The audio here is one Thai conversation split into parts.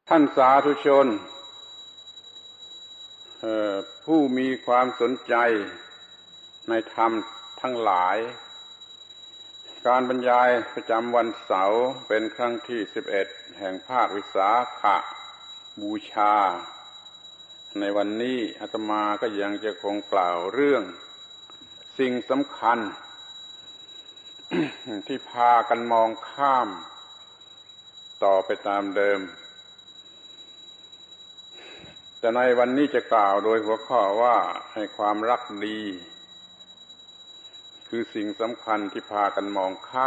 ท่านสาธุชนผู้มีความสนใจในธรรมทั้งหลายการบรรยายประจำวันเสาร์เป็นครั้งที่11แห่งภาควิสาขบูชาในวันนี้อาตมาก็ยังจะคงกล่าวเรื่องสิ่งสำคัญ ที่พากันมองข้ามต่อไปตามเดิมแต่ในวันนี้จะกล่าวโดยหัวข้อว่าให้ความรักดีคือสิ่งสำคัญที่พากันมองข้าม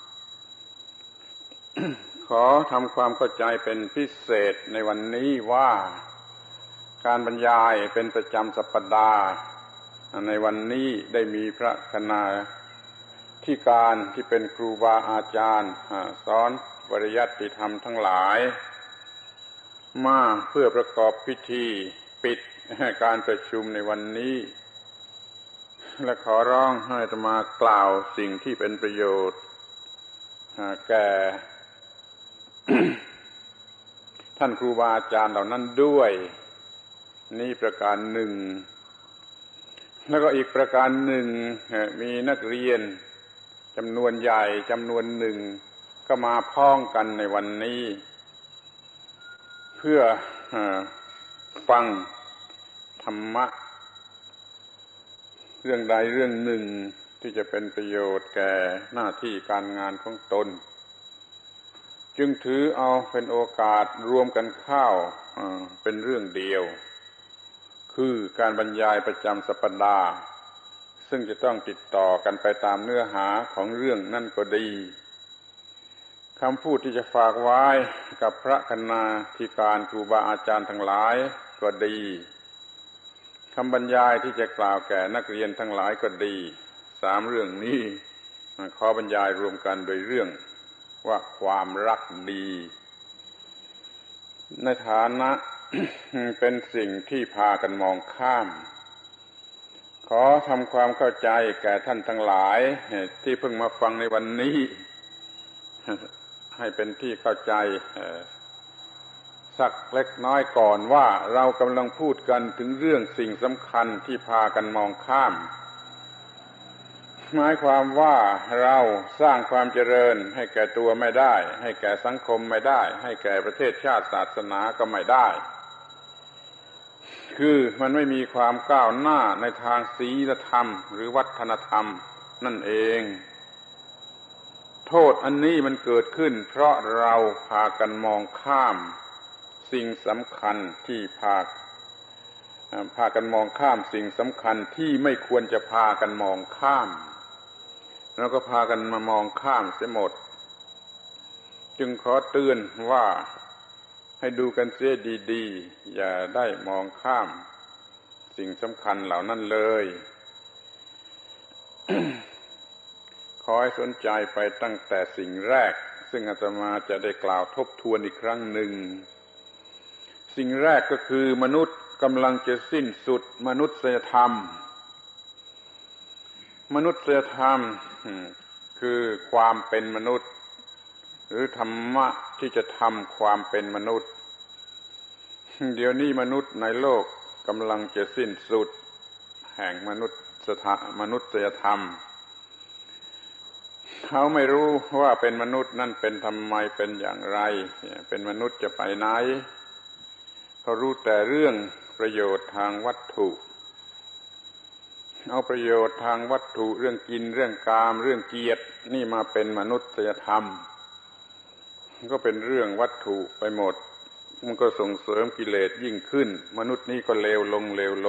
ขอทำความเข้าใจเป็นพิเศษในวันนี้ว่าการบรรยายเป็นประจำสัปดาห์ในวันนี้ได้มีพระคณาธิการที่เป็นครูบาอาจารย์สอนปริยัติธรรมทั้งหลายมาเพื่อประกอบพิธีปิดการประชุมในวันนี้และขอร้องให้อาตมากล่าวสิ่งที่เป็นประโยชน์แก่ ท่านครูบาอาจารย์เหล่านั้นด้วยนี่ประการหนึ่งแล้วก็อีกประการหนึ่งมีนักเรียนจำนวนใหญ่จำนวนหนึ่งก็มาพ้องกันในวันนี้เพื่อฟังธรรมะเรื่องใดเรื่องหนึ่งที่จะเป็นประโยชน์แก่หน้าที่การงานของตนจึงถือเอาเป็นโอกาสรวมกันเข้าเป็นเรื่องเดียวคือการบรรยายประจำสัปดาห์ซึ่งจะต้องติดต่อกันไปตามเนื้อหาของเรื่องนั่นก็ดีคำพูดที่จะฝากไว้กับพระคณาธิการครูบาอาจารย์ทั้งหลายก็ดีคำบรรยายที่จะกล่าวแก่นักเรียนทั้งหลายก็ดีสามเรื่องนี้ขอบรรยายรวมกันโดยเรื่องว่าความรักดีในฐานะ เป็นสิ่งที่พากันมองข้ามขอทำความเข้าใจแก่ท่านทั้งหลายที่เพิ่งมาฟังในวันนี้ให้เป็นที่เข้าใจสักเล็กน้อยก่อนว่าเรากำลังพูดกันถึงเรื่องสิ่งสำคัญที่พากันมองข้ามหมายความว่าเราสร้างความเจริญให้แก่ตัวไม่ได้ให้แก่สังคมไม่ได้ให้แก่ประเทศชาติศาสนาก็ไม่ได้คือมันไม่มีความก้าวหน้าในทางศีลธรรมหรือวัฒนธรรมนั่นเองโทษอันนี้มันเกิดขึ้นเพราะเราพากันมองข้ามสิ่งสำคัญที่พากันมองข้ามสิ่งสำคัญที่ไม่ควรจะพากันมองข้ามแล้วก็พากันมามองข้ามเสียหมดจึงขอเตือนว่าให้ดูกันเสียดีๆอย่าได้มองข้ามสิ่งสำคัญเหล่านั้นเลย ขอให้สนใจไปตั้งแต่สิ่งแรกซึ่งอาตมาจะได้กล่าวทบทวนอีกครั้งหนึ่งสิ่งแรกก็คือมนุษย์กำลังจะสิ้นสุดมนุษยธรรมมนุษยธรรมคือความเป็นมนุษย์หรือธรรมะที่จะทำความเป็นมนุษย์เดี๋ยวนี้มนุษย์ในโลกกำลังจะสิ้นสุดแห่งมนุษยธรรมเขาไม่รู้ว่าเป็นมนุษย์นั่นเป็นทำไมเป็นอย่างไรเป็นมนุษย์จะไปไหนเขารู้แต่เรื่องประโยชน์ทางวัตถุเอาประโยชน์ทางวัตถุเรื่องกินเรื่องกามเรื่องเกียรตินี่มาเป็นมนุษยธรรมก็เป็นเรื่องวัตถุไปหมดมันก็ส่งเสริมกิเลสยิ่งขึ้นมนุษย์นี่ก็เลวลง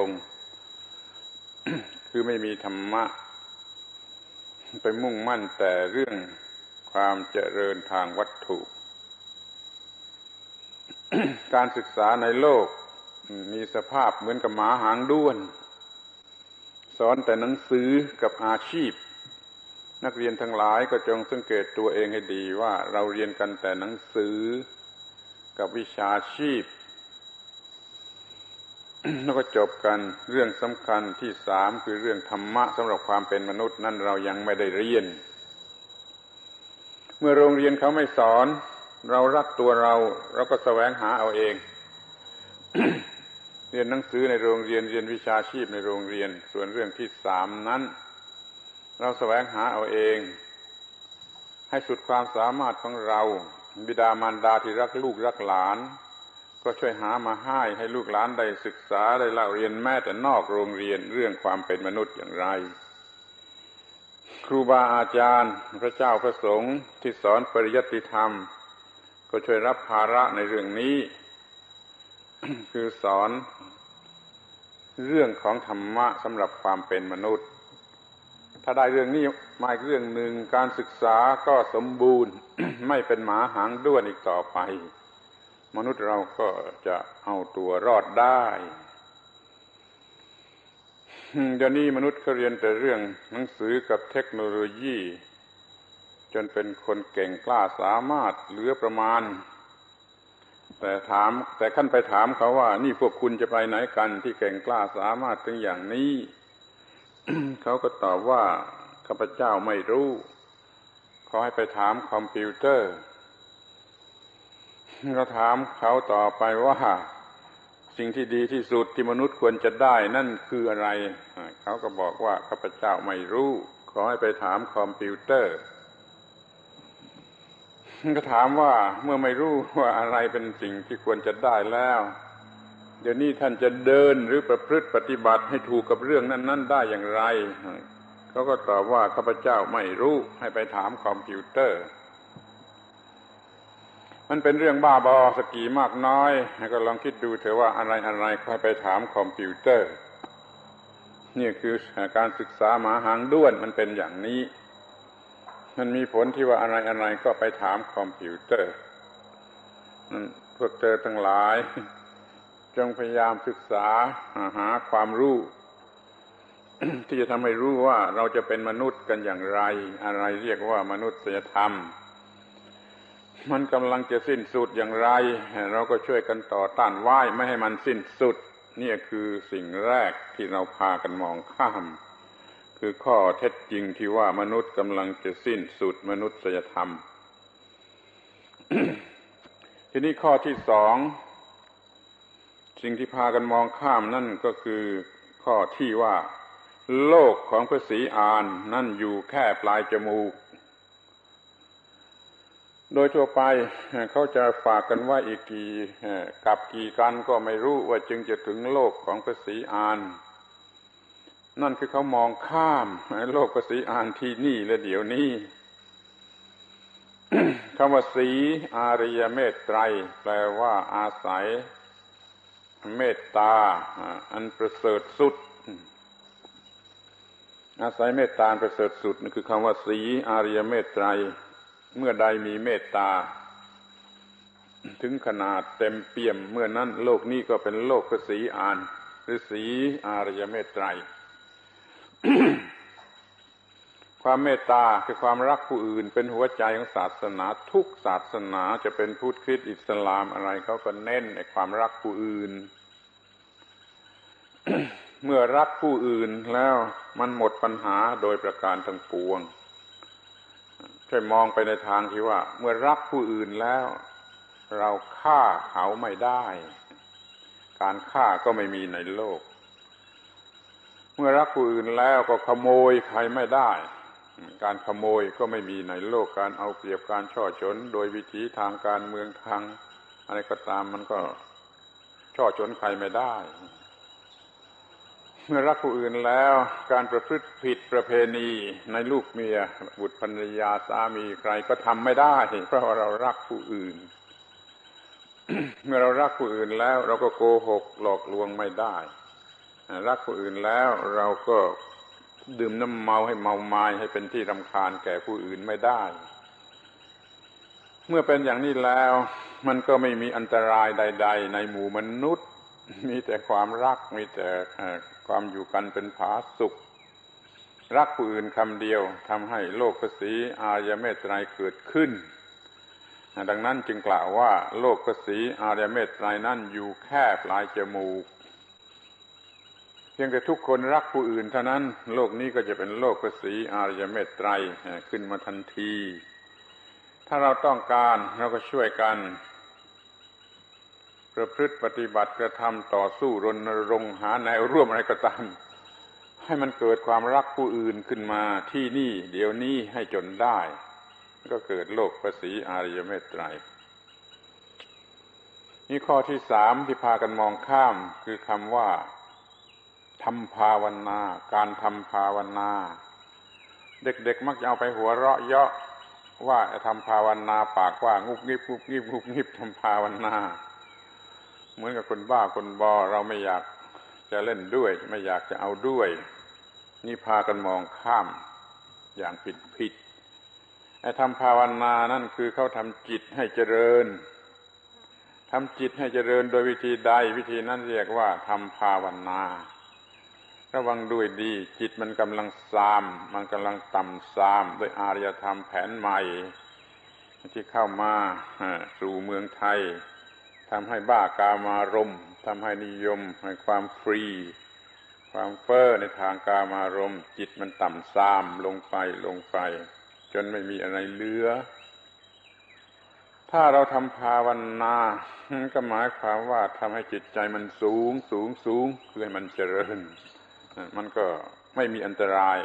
คือไม่มีธรรมะไปมุ่งมั่นแต่เรื่องความเจริญทางวัตถุ การศึกษาในโลกมีสภาพเหมือนกับหมาหางด้วนสอนแต่หนังสือกับอาชีพนักเรียนทั้งหลายก็จงสังเกตตัวเองให้ดีว่าเราเรียนกันแต่หนังสือกับวิชาชีพ แล้วก็จบกันเรื่องสำคัญที่สามคือเรื่องธรรมะสำหรับความเป็นมนุษย์นั่นเรายังไม่ได้เรียนเมื่อโรงเรียนเขาไม่สอนเรารักตัวเราก็แสวงหาเอาเอง เรียนหนังสือในโรงเรียนเรียนวิชาชีพในโรงเรียนส่วนเรื่องที่3นั้นเราแสวงหาเอาเองให้สุดความสามารถของเราบิดามารดาที่รักลูกรักหลานก็ช่วยหามาให้ลูกหลานได้ศึกษาได้เล่าเรียนแม้แต่นอกโรงเรียนเรื่องความเป็นมนุษย์อย่างไรครูบาอาจารย์พระเจ้าพระสงฆ์ที่สอนปริยัติธรรมก็ช่วยรับภาระในเรื่องนี้ คือสอนเรื่องของธรรมะสำหรับความเป็นมนุษย์ถ้าได้เรื่องนี้มาอีกเรื่องหนึ่งการศึกษาก็สมบูรณ์ ไม่เป็นหมาหางด้วนอีกต่อไปมนุษย์เราก็จะเอาตัวรอดได้เดี๋ยวนี้มนุษย์เขาเรียนแต่เรื่องหนังสือกับเทคโนโลยีจนเป็นคนเก่งกล้าสามารถเหลือประมาณแต่ขั้นไปถามเขาว่านี่พวกคุณจะไปไหนกันที่เก่งกล้าสามารถถึงอย่างนี้ เขาก็ตอบว่าข้าพเจ้าไม่รู้ขอให้ไปถามคอมพิวเตอร์เราถามเขาต่อไปว่าสิ่งที่ดีที่สุดที่มนุษย์ควรจะได้นั่นคืออะไรเขาก็บอกว่าข้าพเจ้าไม่รู้ขอให้ไปถามคอมพิวเตอร์ก็ถามว่าเมื่อไม่รู้ว่าอะไรเป็นสิ่งที่ควรจะได้แล้วเดี๋ยวนี้ท่านจะเดินหรือประพฤติปฏิบัติให้ถูกกับเรื่องนั้นๆได้อย่างไรเขาก็ตอบว่าข้าพเจ้าไม่รู้ให้ไปถามคอมพิวเตอร์มันเป็นเรื่องบ้าบอสกีมากน้อยก็ลองคิดดูเถอะว่าอะไรๆค่อยไปถามคอมพิวเตอร์นี่คือการศึกษาหมาหางด้วนมันเป็นอย่างนี้มันมีผลที่ว่าอะไรๆก็ไปถามคอมพิวเตอร์นั่นพวกเธอทั้งหลายจงพยายามศึกษาหาความรู้ ที่จะทำให้รู้ว่าเราจะเป็นมนุษย์กันอย่างไรอะไรเรียกว่ามนุษยธรรมมันกำลังจะสิ้นสุดอย่างไรเราก็ช่วยกันต่อต้านไว้ไม่ให้มันสิ้นสุดนี่คือสิ่งแรกที่เราพากันมองข้ามคือข้อเท็จจริงที่ว่ามนุษย์กำลังจะสิ้นสุดมนุษยธรรม ทีนี้ข้อที่2สิ่งที่พากันมองข้ามนั่นก็คือข้อที่ว่าโลกของพระศรีอานนั่นอยู่แค่ปลายจมูกโดยทั่วไปเขาจะฝากกันว่าอีกกี่กันก็ไม่รู้ว่าจึงจะถึงโลกของพระศรีอานนั่นคือเขามองข้ามโลกพระศรีอานที่นี่และเดี๋ยวนี้ คำว่าศรีอาริยเมตไตรแปลว่าอาศัยเมตตาอันประเสริฐสุดอาศัยเมตตาประเสริฐสุดนั่นคือคำว่าศรีอาริยเมตไตรเมื่อใดมีเมตตาถึงขนาดเต็มเปี่ยมเมื่อนั้นโลกนี้ก็เป็นโลกพระศรีอานหรือศรีอาริยเมตไตร ความเมตตาคือความรักผู้อื่นเป็นหัวใจของศาสนาทุกศาสนาจะเป็นพุทธคริสต์อิสลามอะไรเขาก็เน้นในความรักผู้อื่น เมื่อรักผู้อื่นแล้วมันหมดปัญหาโดยประการทั้งปวงช่วยมองไปในทางที่ว่าเมื่อรักผู้อื่นแล้วเราฆ่าเขาไม่ได้การฆ่าก็ไม่มีในโลกเมื่อรักผู้อื่นแล้วก็ขโมยใครไม่ได้การขโมยก็ไม่มีในโลกการเอาเปรียบการช่อฉนโดยวิธีทางการเมืองทางอะไรก็ตามมันก็ช่อฉนใครไม่ได้เมื่อรักผู้อื่นแล้วการประพฤติผิดประเพณีในลูกเมียบุตรภรรยาสามีใครก็ทำไม่ได้เพราะว่าเรารักผู้อื่น เมื่อเรารักผู้อื่นแล้วเราก็โกหกหลอกลวงไม่ได้รักผู้อื่นแล้วเราก็ดื่มน้ำเมาให้เมามายให้เป็นที่รำคาญแก่ผู้อื่นไม่ได้เมื่อเป็นอย่างนี้แล้วมันก็ไม่มีอันตรายใดๆในหมู่มนุษย์มีแต่ความรักมีแต่ความอยู่กันเป็นผาสุกรักผู้อื่นคำเดียวทำให้โลกพระศรีอาริยเมตไตรเกิดขึ้นดังนั้นจึงกล่าวว่าโลกพระศรีอาริยเมตไตรนั้นอยู่แค่ปลายจมูกเพียงแต่ทุกคนรักผู้อื่นเท่านั้นโลกนี้ก็จะเป็นโลกพระศรีอาริยเมตไตรขึ้นมาทันทีถ้าเราต้องการเราก็ช่วยกันประพฤติปฏิบัติกระทำต่อสู้รณรงค์หาแนวร่วมอะไรก็ตามให้มันเกิดความรักผู้อื่นขึ้นมาที่นี่เดี๋ยวนี้ให้จนได้ก็เกิดโลกพระศรีอริยเมตไตรนี่ข้อที่สามที่พากันมองข้ามคือคำว่าทำภาวนาการทำภาวนาเด็กๆมักจะเอาไปหัวเราะเยาะว่าทำภาวนาปากว่างุบงิบงุบงิบงุบงิบทำภาวนาเหมือนกับคนบ้าคนบอเราไม่อยากจะเล่นด้วยไม่อยากจะเอาด้วยนี่พากันมองข้ามอย่างผิดไอ้ทำภาวนานั่นคือเขาทำจิตให้เจริญทำจิตให้เจริญโดยวิธีใดวิธีนั้นเรียกว่าทำภาวนาระวังด้วยดีจิตมันกำลังทรามมันกำลังต่ำทรามด้วยอารยธรรมแผนใหม่ที่เข้ามาสู่เมืองไทยทำให้บ้ากามารมณ์ทำให้นิยมให้ความฟรีความเฟ้อในทางกามารมณ์จิตมันต่ำทรามลงไปจนไม่มีอะไรเหลือถ้าเราทำภาวนาก็หมายความว่าทำให้จิตใจมันสูงคือให้มันเจริญมันก็ไม่มีอันตราย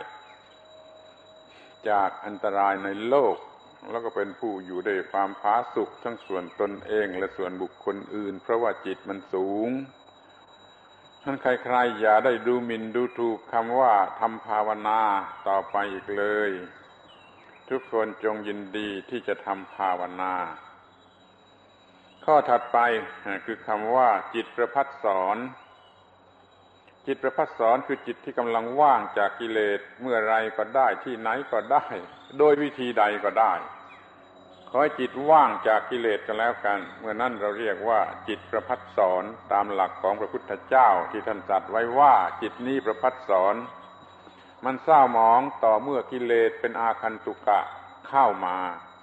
จากอันตรายในโลกแล้วก็เป็นผู้อยู่ด้วยความผาสุกทั้งส่วนตนเองและส่วนบุคคลอื่นเพราะว่าจิตมันสูงท่านใครๆอย่าได้ดูหมิ่นดูถูกคำว่าทำภาวนาต่อไปอีกเลยทุกคนจงยินดีที่จะทำภาวนาข้อถัดไปคือคำว่าจิตประภัสสรจิตประภัสสรคือจิตที่กำลังว่างจากกิเลสเมื่อไรก็ได้ที่ไหนก็ได้โดยวิธีใดก็ได้ขอให้จิตว่างจากกิเลสกันแล้วกันเมื่อนั้นเราเรียกว่าจิตประภัสสรตามหลักของพระพุทธเจ้าที่ท่านตรัสไว้ว่าจิตนี้ประภัสสรมันเศร้าหมองต่อเมื่อกิเลสเป็นอาคันตุกะเข้ามา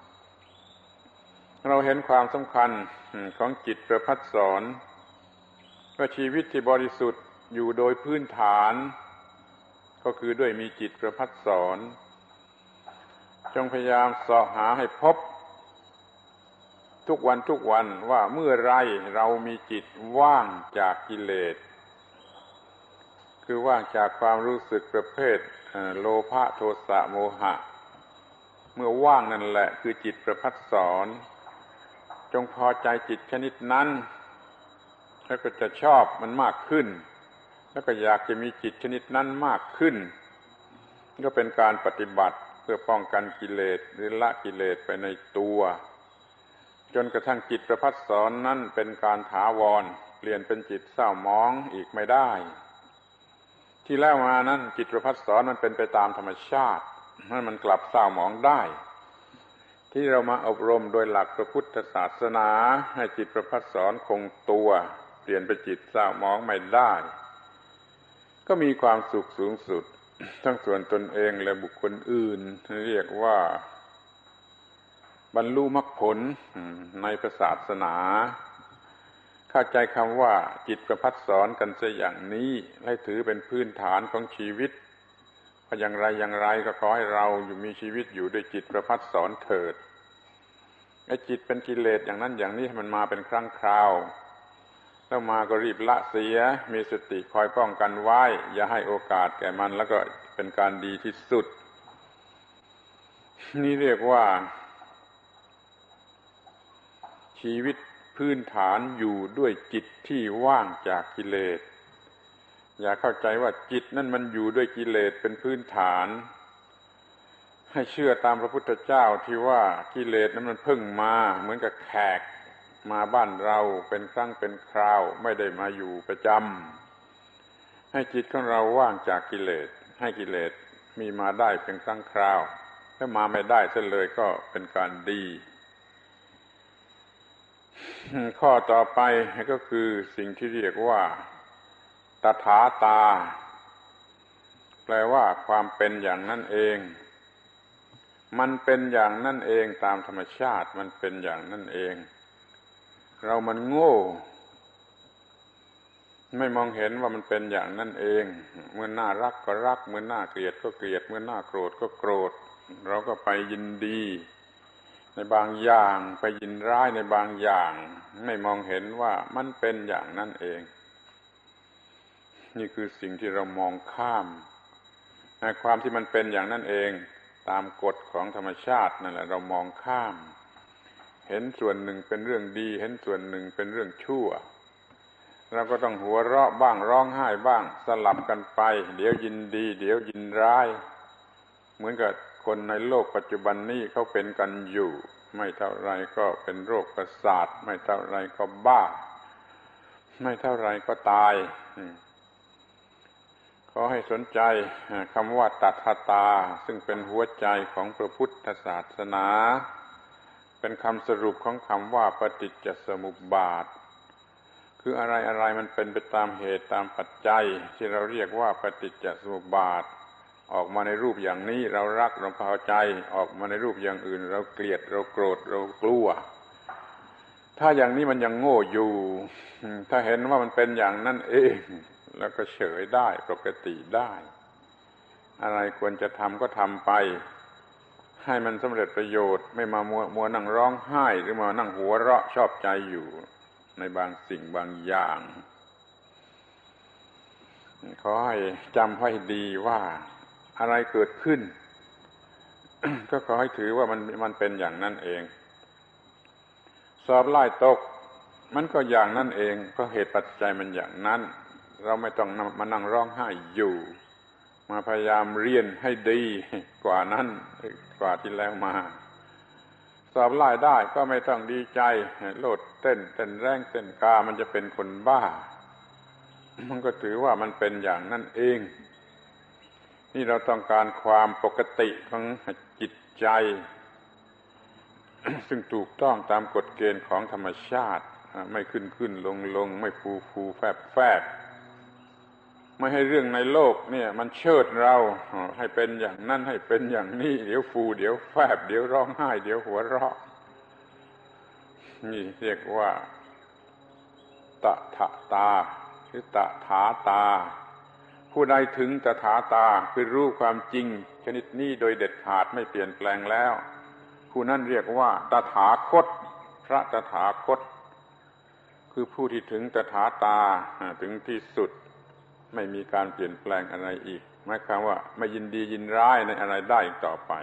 เราเห็นความสำคัญของจิตประภัสสรว่าชีวิตที่บริสุทธิ์อยู่โดยพื้นฐานก็คือด้วยมีจิตประภัสสรจงพยายามเสาะหาให้พบทุกวันว่าเมื่อไรเรามีจิตว่างจากกิเลสคือว่างจากความรู้สึกประเภทโลภะโทสะโมหะเมื่อว่างนั่นแหละคือจิตประภัสสรจงพอใจจิตชนิดนั้นแล้วก็จะชอบมันมากขึ้นแล้วก็อยากจะมีจิตชนิดนั้นมากขึ้นก็เป็นการปฏิบัติเพื่อป้องกันกิเลสหรือละกิเลสไปในตัวจนกระทั่งจิตประภัสสรนั้นเป็นการถาวรเปลี่ยนเป็นจิตเศร้าหมองอีกไม่ได้ที่แล้วมานั้นจิตประภัสสรมันเป็นไปตามธรรมชาติให้มันกลับเศร้าหมองได้ที่เรามาอบรมโดยหลักพระพุทธศาสนาให้จิตประภัสสรคงตัวเปลี่ยนเป็นจิตเศร้าหมองไม่ได้ก็มีความสุขสูงสุดทั้งส่วนตนเองและบุคคลอื่นเรียกว่าบรรลุมรรคผลในศาสนาเข้าใจคำว่าจิตประภัสสรกันเสียอย่างนี้ให้ถือเป็นพื้นฐานของชีวิตเพราะอย่างไรก็ขอให้เราอยู่มีชีวิตอยู่ด้วยจิตประภัสสรเถิดไอ้จิตเป็นกิเลสอย่างนั้นอย่างนี้มันมาเป็นครั้งคราวแล้วมาก็รีบละเสียมีสติคอยป้องกันไว้อย่าให้โอกาสแก่มันแล้วก็เป็นการดีที่สุดนี่เรียกว่าชีวิตพื้นฐานอยู่ด้วยจิตที่ว่างจากกิเลสอย่าเข้าใจว่าจิตนั่นมันอยู่ด้วยกิเลสเป็นพื้นฐานให้เชื่อตามพระพุทธเจ้าที่ว่ากิเลสนั้นมันเพิ่งมาเหมือนกับแขกมาบ้านเราเป็นครั้งเป็นคราวไม่ได้มาอยู่ประจำให้จิตของเราว่างจากกิเลสให้กิเลสมีมาได้เป็นครั้งคราวถ้ามาไม่ได้เสียเลยก็เป็นการดีข้อต่อไปก็คือสิ่งที่เรียกว่าตถาตาแปลว่าความเป็นอย่างนั้นเองมันเป็นอย่างนั้นเองตามธรรมชาติมันเป็นอย่างนั้นเองเรามันโง่ไม่มองเห็นว่ามันเป็นอย่างนั้นเองเมื่อน่ารักก็รักเมื่อน่าเกลียดก็เกลียดเมื่อน่าโกรธก็โกรธเราก็ไปยินดีในบางอย่างไปยินร้ายในบางอย่างไม่มองเห็นว่ามันเป็นอย่างนั้นเองนี่คือสิ่งที่เรามองข้ามในความที่มันเป็นอย่างนั้นเองตามกฎของธรรมชาตินั่นแหละเรามองข้ามเห็นส่วนหนึ่งเป็นเรื่องดีเห็นส่วนหนึ่งเป็นเรื่องชั่วเราก็ต้องหัวเราะบ้างร้องไห้บ้างสลับกันไปเดี๋ยวยินดีเดี๋ยวยินร้ายเหมือนกับคนในโลกปัจจุบันนี้เขาเป็นกันอยู่ไม่เท่าไรก็เป็นโรคประสาทไม่เท่าไรก็บ้าไม่เท่าไรก็ตายขอให้สนใจคำว่าตัทตาซึ่งเป็นหัวใจของพระพุทธศาสนาเป็นคำสรุปของคำว่าปฏิจจสมุปบาทคืออะไรมันเป็นไปตามเหตุตามปัจจัยที่เราเรียกว่าปฏิจจสมุปบาทออกมาในรูปอย่างนี้เรารักเราพอใจออกมาในรูปอย่างอื่นเราเกลียดเราโกรธเรากลัวถ้าอย่างนี้มันยังโง่อยู่ถ้าเห็นว่ามันเป็นอย่างนั้นเองแล้วก็เฉยได้ปกติได้อะไรควรจะทำก็ทำไปให้มันสำเร็จประโยชน์ไม่มามัวนั่งร้องไห้หรือมานั่งหัวเราะชอบใจอยู่ในบางสิ่งบางอย่างขอให้จำให้ดีว่าอะไรเกิดขึ้น ก็ขอให้ถือว่ามันเป็นอย่างนั้นเองสอบไล่ตกมันก็อย่างนั้นเองเพราะเหตุปัจจัยมันอย่างนั้นเราไม่ต้องมานั่งร้องไห้อยู่มาพยายามเรียนให้ดีกว่านั้นกว่าที่แล้วมาสอบไล่ได้ก็ไม่ต้องดีใจโลดเต้นแรงเต้นกามันจะเป็นคนบ้ามันก็ถือว่ามันเป็นอย่างนั้นเองนี่เราต้องการความปกติของจิตใจ ซึ่งถูกต้องตามกฎเกณฑ์ของธรรมชาติไม่ขึ้นลงไม่ฟูแฟบไม่ให้เรื่องในโลกเนี่ยมันเชิดเราให้เป็นอย่างนั้นให้เป็นอย่างนี้เดี๋ยวฟูเดี๋ยวแฟบเดี๋ยวร้องไห้เดี๋ยวหัวเราะนี่เรียกว่าตถาตาหรือตถาตาผู้ใดถึงตถาตาคือรู้ความจริงชนิดนี้โดยเด็ดขาดไม่เปลี่ยนแปลงแล้วผู้นั้นเรียกว่าตถาคตพระตถาคตคือผู้ที่ถึงตถาตาถึงที่สุดไม่มีการเปลี่ยนแปลงอะไรอีกหมายความว่าไม่ยินดียินร้ายในอะไรได้อีกต่อไป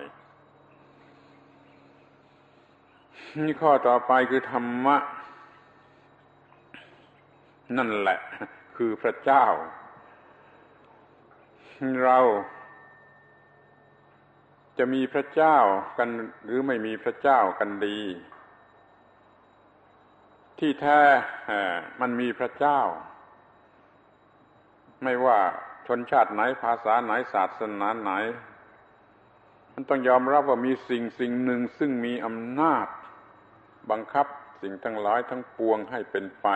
นี่ข้อต่อไปคือธรรมะนั่นแหละคือพระเจ้าเราจะมีพระเจ้ากันหรือไม่มีพระเจ้ากันดีที่แท้มันมีพระเจ้าไม่ว่าชนชาติไหนภาษาไหนศาสนาไหนมันต้องยอมรับว่ามีสิ่งหนึ่งซึ่งมีอำนาจบังคับสิ่งทั้งหลายทั้งปวงให้เป็นไป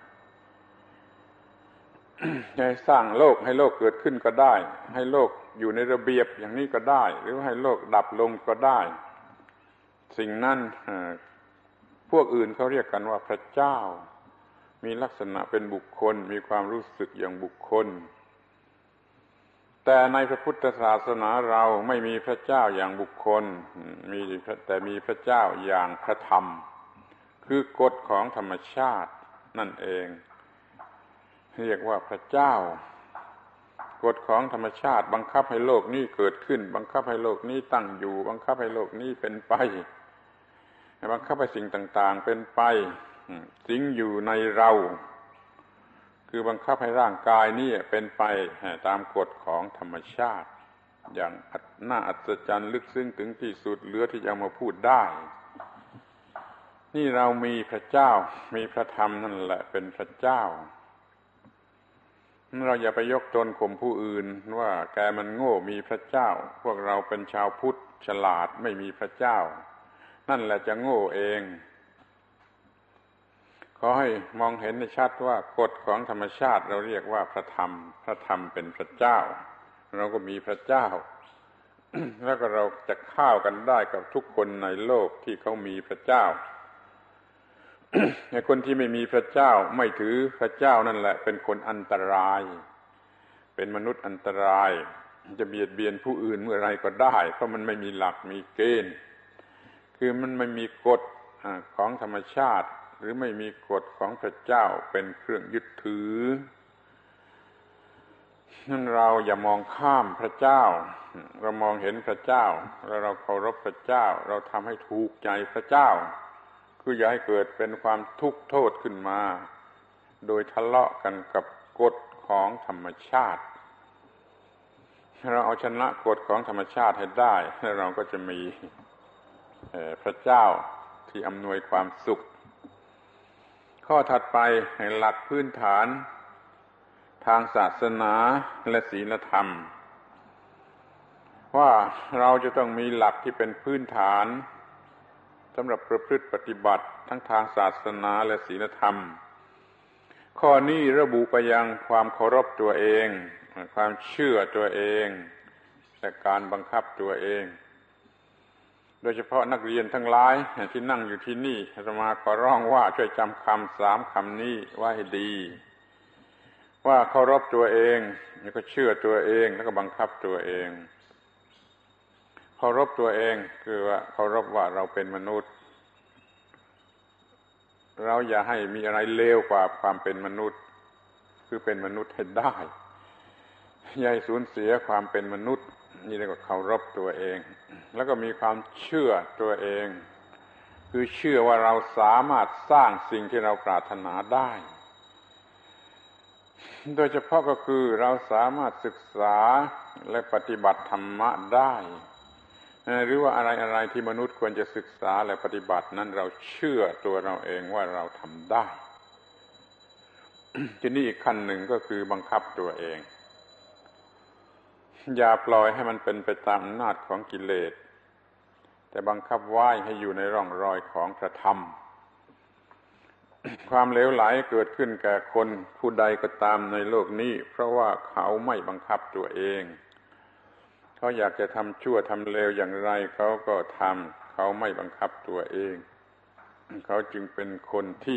ให้สร้างโลกให้โลกเกิดขึ้นก็ได้ให้โลกอยู่ในระเบียบอย่างนี้ก็ได้หรือให้โลกดับลงก็ได้สิ่งนั้นพวกอื่นเขาเรียกกันว่าพระเจ้ามีลักษณะเป็นบุคคลมีความรู้สึกอย่างบุคคลแต่ในพระพุทธศาสนาเราไม่มีพระเจ้าอย่างบุคคลแต่มีพระเจ้าอย่างพระธรรมคือกฎของธรรมชาตินั่นเองเรียกว่าพระเจ้ากฎของธรรมชาติบังคับให้โลกนี้เกิดขึ้นบังคับให้โลกนี้ตั้งอยู่บังคับให้โลกนี้เป็นไปบังคับให้สิ่งต่างๆเป็นไปสิงอยู่ในเราคือบังคับให้ร่างกายนี้เป็นไปตามกฎของธรรมชาติอย่างน่าอัศจรรย์ลึกซึ้งถึงที่สุดเหลือที่จะมาพูดได้นี่เรามีพระเจ้ามีพระธรรมนั่นแหละเป็นพระเจ้าเราอย่าไปยกตนข่มผู้อื่นว่าแกมันโง่มีพระเจ้าพวกเราเป็นชาวพุทธฉลาดไม่มีพระเจ้านั่นแหละจะโง่เองขอให้มองเห็นในชัดว่ากฎของธรรมชาติเราเรียกว่าพระธรรมพระธรรมเป็นพระเจ้าเราก็มีพระเจ้า แล้วก็เราจะเข้ากันได้กับทุกคนในโลกที่เขามีพระเจ้า คนที่ไม่มีพระเจ้าไม่ถือพระเจ้านั่นแหละเป็นคนอันตรายเป็นมนุษย์อันตรายจะเบียดเบียนผู้อื่นเมื่อไรก็ได้เพราะมันไม่มีหลักมีเกณฑ์คืคือมันไม่มีกฎของธรรมชาติหรือไม่มีกฎของพระเจ้าเป็นเครื่องยึดถือนั่นเราอย่ามองข้ามพระเจ้าเรามองเห็นพระเจ้าแล้วเราเคารพพระเจ้าเราทำให้ถูกใจพระเจ้าคืออย่าให้เกิดเป็นความทุกข์โทษขึ้นมาโดยทะเลาะกันกับกฎของธรรมชาติเราเอาชนะกฎของธรรมชาติให้ได้แล้วเราก็จะมีพระเจ้าที่อำนวยความสุขข้อถัดไปหลักพื้นฐานทางศาสนาและศีลธรรมว่าเราจะต้องมีหลักที่เป็นพื้นฐานสำหรับประพฤติปฏิบัติทั้งทางศาสนาและศีลธรรมข้อนี้ระบุไปยังความเคารพตัวเองความเชื่อตัวเองและการบังคับตัวเองโดยเฉพาะนักเรียนทั้งหลายที่นั่งอยู่ที่นี่อาตมาขอร้องว่าช่วยจำคำ3คำนี้ไว้ให้ดีว่าเคารพตัวเองแล้วก็เชื่อตัวเองแล้วก็บังคับตัวเองเคารพตัวเองคือว่าเคารพว่าเราเป็นมนุษย์เราอย่าให้มีอะไรเลวกว่าความเป็นมนุษย์คือเป็นมนุษย์ให้ได้อย่าให้สูญเสียความเป็นมนุษย์นี่เรียกว่าเคารพตัวเองแล้วก็มีความเชื่อตัวเองคือเชื่อว่าเราสามารถสร้างสิ่งที่เราปรารถนาได้โดยเฉพาะก็คือเราสามารถศึกษาและปฏิบัติธรรมะได้หรือว่าอะไรที่มนุษย์ควรจะศึกษาและปฏิบัตินั้นเราเชื่อตัวเราเองว่าเราทำได้ ทีนี้อีกขั้นหนึ่งก็คือบังคับตัวเองอย่าปล่อยให้มันเป็นไปตามอำนาจของกิเลสแต่บังคับไว้ให้อยู่ในร่องรอยของพระธรรมความเลวไหลเกิดขึ้นแก่คนผู้ใดก็ตามในโลกนี้เพราะว่าเขาไม่บังคับตัวเองเขาอยากจะทำชั่วทำเลวอย่างไรเขาก็ทำเขาไม่บังคับตัวเองเขาจึงเป็นคนที่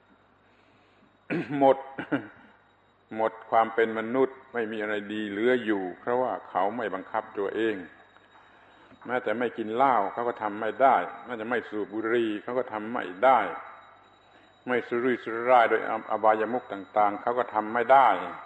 หมดความเป็นมนุษย์ไม่มีอะไรดีเหลืออยู่เพราะว่าเขาไม่บังคับตัวเองแม้แต่ไม่กินเหล้าเขาก็ทำไม่ได้แม้แต่ไม่สูบบุหรี่เขาก็ทำไม่ได้ไม่สุรุ่ยสุร่ายโดยอบายมุขต่างๆเขาก็ทำไม่ได้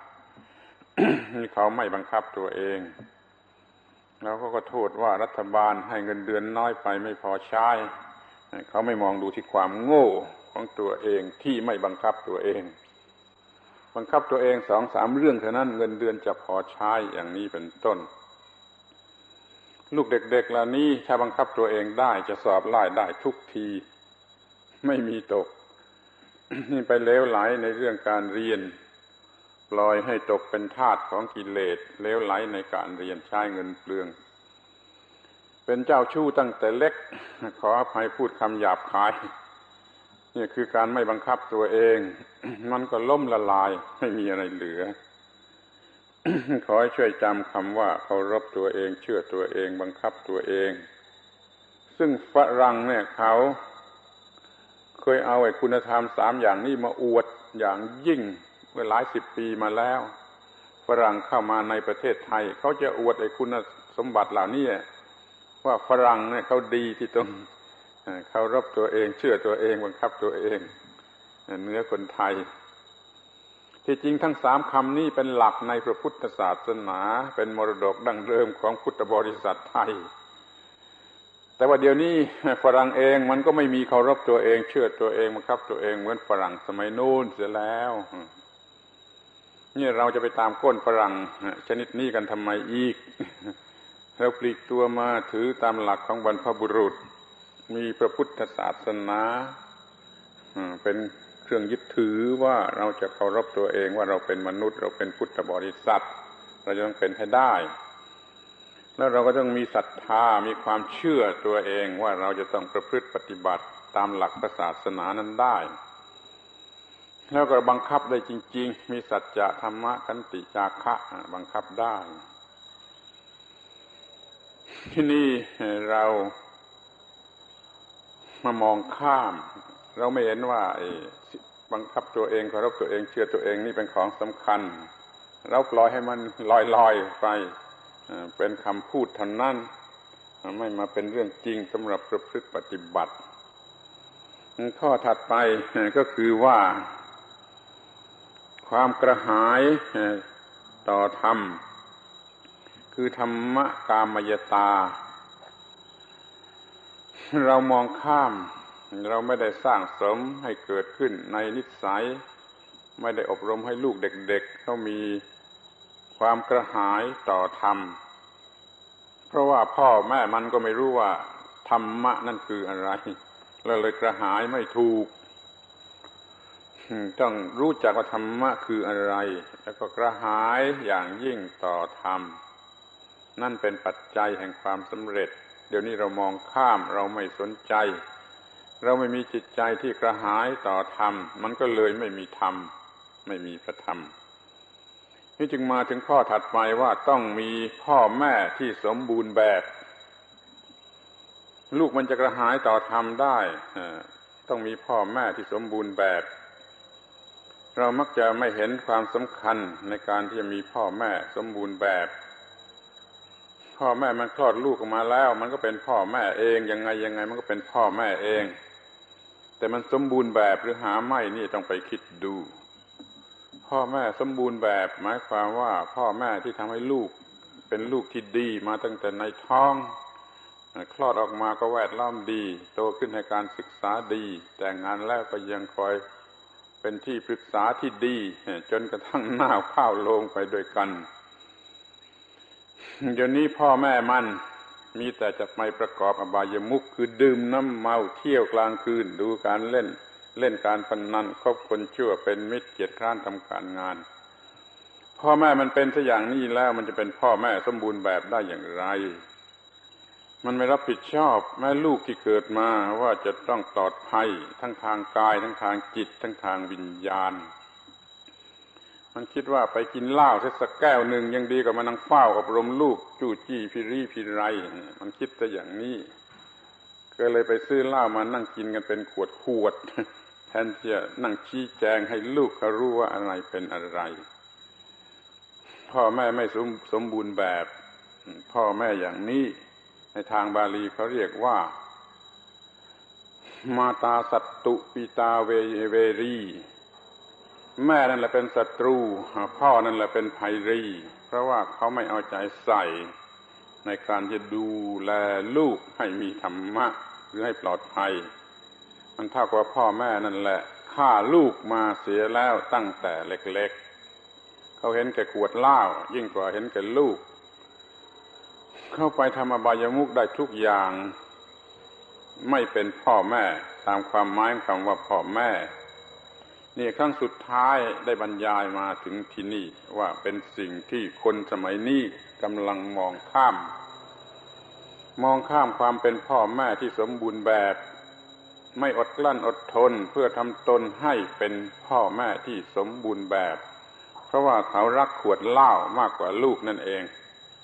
เขาไม่บังคับตัวเองแล้วก็โทษว่ารัฐบาลให้เงินเดือนน้อยไปไม่พอใช้เขาไม่มองดูที่ความโง่ของตัวเองที่ไม่บังคับตัวเองบังคับตัวเอง 2-3 เรื่องเท่านั้นเงินเดือนจะพอใช้อย่างนี้เป็นต้นลูกเด็กๆเหล่านี้ถ้าบังคับตัวเองได้จะสอบไล่ได้ทุกทีไม่มีตก นี่ไปเลวไหลในเรื่องการเรียนปล่อยให้ตกเป็นทาสของกิเลสเลวไหลในการเรียนใช้เงินเปลืองเป็นเจ้าชู้ตั้งแต่เล็กขออภัยพูดคำหยาบคายนี่คือการไม่บังคับตัวเอง มันก็ล่มละลายไม่มีอะไรเหลือ ขอให้ช่วยจำคำว่าเคารพตัวเองเชื่อตัวเองบังคับตัวเองซึ่งฝรั่งเนี่ยเขาเคยเอาไอ้คุณธรรม3อย่างนี้มาอวดอย่างยิ่งเมื่อหลาย10 ปีมาแล้วฝรั่งเข้ามาในประเทศไทยเขาจะอวดไอ้คุณสมบัติเหล่านี้ว่าฝรั่งเนี่ยเขาดีที่ตรงเคารพตัวเองเชื่อตัวเองบังคับตัวเองเหนือคนไทยที่จริงทั้ง3คำนี้เป็นหลักในพระพุทธศาสนาเป็นมรดกดั้งเดิมของพุทธบริษัทไทยแต่ว่าเดี๋ยวนี้ฝรั่งเองมันก็ไม่มีเคารพตัวเองเชื่อตัวเองบังคับตัวเองเหมือนฝรั่งสมัยโน้นเสียแล้วนี่เราจะไปตามก้นฝรั่งชนิดนี้กันทำไมอีกเราปลีกตัวมาถือตามหลักของบรรพบุรุษมีพระพุทธศาสนาเป็นเครื่องยึดถือว่าเราจะเคารพตัวเองว่าเราเป็นมนุษย์เราเป็นพุทธบริษัทเราจะต้องเป็นให้ได้แล้วเราก็ต้องมีศรัทธามีความเชื่อตัวเองว่าเราจะต้องประพฤติปฏิบัติตามหลักศาสนานั้นได้แล้วก็บังคับได้จริงๆมีสัจจะธรรมะขันติจาคะบังคับได้ที่นี่เรามามองข้ามเราไม่เห็นว่าบังคับตัวเองเคารพตัวเองเชื่อตัวเองนี่เป็นของสำคัญเราปล่อยให้มันลอยๆไปเป็นคำพูดเท่านั้นไม่มาเป็นเรื่องจริงสำหรับประพฤติปฏิบัติข้อถัดไปก็คือว่าความกระหายต่อธรรมคือธรรมกามยตาเรามองข้ามเราไม่ได้สร้างสมให้เกิดขึ้นในนิสัยไม่ได้อบรมให้ลูกเด็กๆเขามีความกระหายต่อธรรมเพราะว่าพ่อแม่มันก็ไม่รู้ว่าธรรมะนั่นคืออะไรแล้วเลยกระหายไม่ถูกต้องรู้จักว่าธรรมะคืออะไรแล้วก็กระหายอย่างยิ่งต่อธรรมนั่นเป็นปัจจัยแห่งความสำเร็จเดี๋ยวนี้เรามองข้ามเราไม่สนใจเราไม่มีจิตใจที่กระหายต่อธรรมมันก็เลยไม่มีธรรมไม่มีพระธรรมนี่จึงมาถึงข้อถัดไปว่าต้องมีพ่อแม่ที่สมบูรณ์แบบลูกมันจะกระหายต่อธรรมได้ต้องมีพ่อแม่ที่สมบูรณ์แบบเรามักจะไม่เห็นความสำคัญในการที่จะมีพ่อแม่สมบูรณ์แบบพ่อแม่มันคลอดลูกออกมาแล้วมันก็เป็นพ่อแม่เองยังไงมันก็เป็นพ่อแม่เองแต่มันสมบูรณ์แบบหรือหาไม่นี่ต้องไปคิดดูพ่อแม่สมบูรณ์แบบหมายความว่าพ่อแม่ที่ทำให้ลูกเป็นลูกที่ดีมาตั้งแต่ในท้องคลอดออกมาก็แวดล้อมดีโตขึ้นในการศึกษาดีแต่งงานแล้วก็ยังคอยเป็นที่ปรึกษาที่ดีจนกระทั่งหน้าข้าวโลงไปด้วยกันเดี๋ยวนี้พ่อแม่มันมีแต่จะไปประกอบอบายมุขคือดื่มน้ำเมาเที่ยวกลางคืนดูการเล่นการพนันคบคนชั่วเป็นมิตรเกียจคร้านทำการงานพ่อแม่มันเป็นซะอย่างนี้แล้วมันจะเป็นพ่อแม่สมบูรณ์แบบได้อย่างไรมันไม่รับผิดชอบแม่ลูกที่เกิดมาว่าจะต้องปลอดภัยทั้งทางกายทั้งทางจิตทั้งทางวิญญาณมันคิดว่าไปกินเหล้าสักแก้วหนึ่งยังดีกว่ามานั่งเฝ้าอบรมลูกจู้จี้พิรี่พิไรมันคิดแต่อย่างนี้ก็เลยไปซื้อเหล้ามานั่งกินกันเป็นขวดแทนที่จะนั่งชี้แจงให้ลูกเขารู้ว่าอะไรเป็นอะไรพ่อแม่ไม่สมบูรณ์แบบพ่อแม่อย่างนี้ในทางบาลีเขาเรียกว่ามาตาสัตตุปิตาเวรีแม่นั่นแหละเป็นศัตรูพ่อนั่นแหละเป็นภัยรีเพราะว่าเขาไม่เอาใจใส่ในการจะดูแลลูกให้มีธรรมะหรือให้ปลอดภัยมันเท่ากับพ่อแม่นั่นแหละฆ่าลูกมาเสียแล้วตั้งแต่เล็กๆเขาเห็นแก่ขวดเหล้ายิ่งกว่าเห็นแก่ลูกเข้าไปทำอบายมุขได้ทุกอย่างไม่เป็นพ่อแม่ตามความหมายของคำว่าพ่อแม่นี่ครั้งสุดท้ายได้บรรยายมาถึงที่นี่ว่าเป็นสิ่งที่คนสมัยนี้กำลังมองข้ามความเป็นพ่อแม่ที่สมบูรณ์แบบไม่อดกลั้นอดทนเพื่อทำตนให้เป็นพ่อแม่ที่สมบูรณ์แบบเพราะว่าเขารักขวดเหล้ามากกว่าลูกนั่นเอง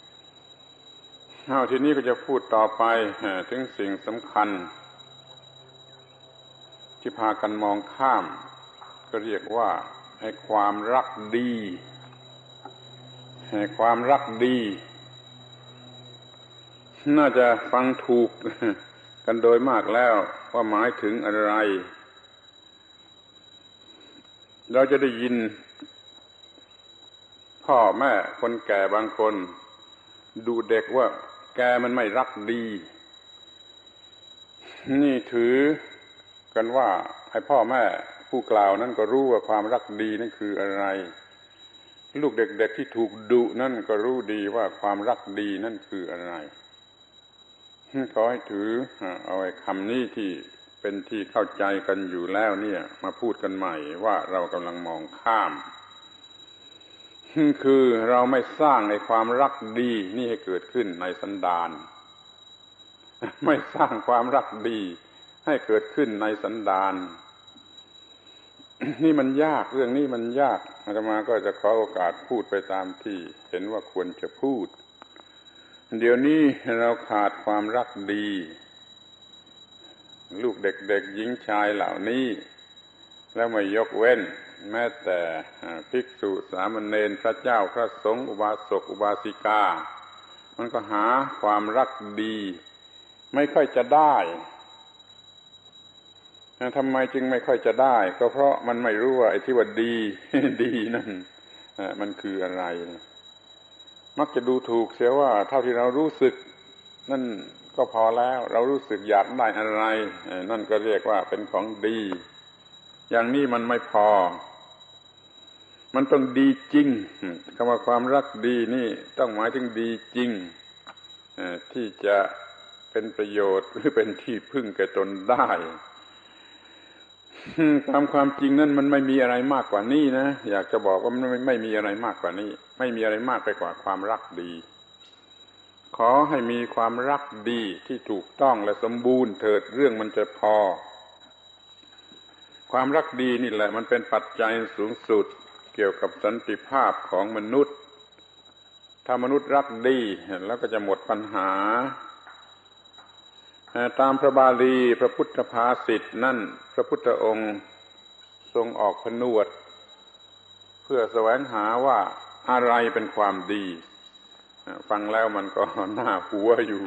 ทีนี้ก็จะพูดต่อไปถึงสิ่งสำคัญที่พากันมองข้ามก็เรียกว่าให้ความรักดีให้ความรักดีน่าจะฟังถูกกันโดยมากแล้วว่าหมายถึงอะไรเราจะได้ยินพ่อแม่คนแก่บางคนดูเด็กว่าแกมันไม่รักดีนี่ถือกันว่าให้พ่อแม่ผู้กล่าวนั้นก็รู้ว่าความรักดีนั่นคืออะไรลูกเด็กๆที่ถูกดุนั่นก็รู้ดีว่าความรักดีนั่นคืออะไรขอให้ถือเอาไอ้คำนี้ที่เป็นที่เข้าใจกันอยู่แล้วเนี่ยมาพูดกันใหม่ว่าเรากำลังมองข้ามคือเราไม่สร้างในความรักดีนี่ให้เกิดขึ้นในสันดานไม่สร้างความรักดีให้เกิดขึ้นในสันดานนี่มันยากเรื่องนี้มันยากอาตมาก็จะขอโอกาสพูดไปตามที่เห็นว่าควรจะพูดเดี๋ยวนี้เราขาดความรักดีลูกเด็กๆหญิงชายเหล่านี้แล้วไม่ยกเว้นแม้แต่ภิกษุสามเณรพระเจ้าพระสงฆ์อุบาสกอุบาสิกามันก็หาความรักดีไม่ค่อยจะได้ทำไมจึงไม่ค่อยจะได้ก็เพราะมันไม่รู้ว่าไอ้ที่ว่าดีดีนั่นมันคืออะไรมักจะดูถูกเสียว่าเท่าที่เรารู้สึกนั่นก็พอแล้วเรารู้สึกอยากได้อะไรนั่นก็เรียกว่าเป็นของดีอย่างนี้มันไม่พอมันต้องดีจริงคำว่าความรักดีนี่ต้องหมายถึงดีจริงที่จะเป็นประโยชน์หรือเป็นที่พึ่งแก่ตนได้ตามความจริงนั้นมันไม่มีอะไรมากกว่านี้นะอยากจะบอกว่ามันไม่มีอะไรมากกว่านี้ไม่มีอะไรมากไปกว่าความรักดีขอให้มีความรักดีที่ถูกต้องและสมบูรณ์เถิดเรื่องมันจะพอความรักดีนี่แหละมันเป็นปัจจัยสูงสุดเกี่ยวกับสันติภาพของมนุษย์ถ้ามนุษย์รักดีแล้วก็จะหมดปัญหาตามพระบาลีพระพุทธภาษิตนั่นพระพุทธองค์ทรงออกผนวดเพื่อแสวงหาว่าอะไรเป็นความดีฟังแล้วมันก็น่าหัวอยู่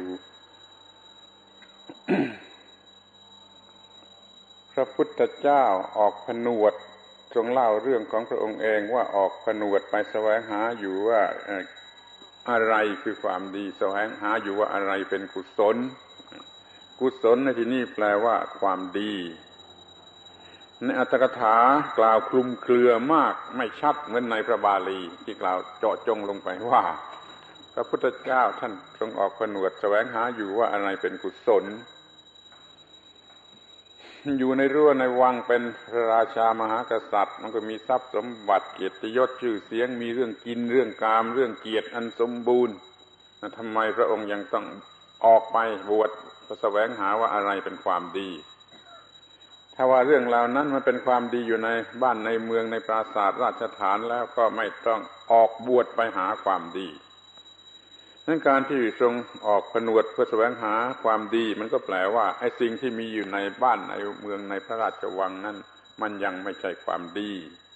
พระพุทธเจ้าออกผนวดทรงเล่าเรื่องของพระองค์เองว่าออกผนวดไปแสวงหาอยู่ว่าอะไรคือความดีแสวงหาอยู่ว่าอะไรเป็นกุศลกุศลในที่นี้แปลว่าความดีในอัตถกถากล่าวคลุมเครือมากไม่ชัดเหมือนในพระบาลีที่กล่าวเจาะจงลงไปว่าพระพุทธเจ้าท่านทรงออกผนวดแสวงหาอยู่ว่าอะไรเป็นกุศลอยู่ในรั้วในวังเป็นพระราชามหากษัตริย์มันก็มีทรัพย์สมบัติเกียรติยศชื่อเสียงมีเรื่องกินเรื่องกามเรื่องเกียรติอันสมบูรณ์ทำไมพระองค์ยังต้องออกไปบวชแสวงหาว่าอะไรเป็นความดีถ้าว่าเรื่องเหล่านั้นมันเป็นความดีอยู่ในบ้านในเมืองในปราสาทราชฐานแล้วก็ไม่ต้องออกบวชไปหาความดีนั้นการที่ทรงออกผนวดเพื่อแสวงหาความดีมันก็แปลว่าไอ้สิ่งที่มีอยู่ในบ้านในเมืองในพระราชวังนั้นมันยังไม่ใช่ความดี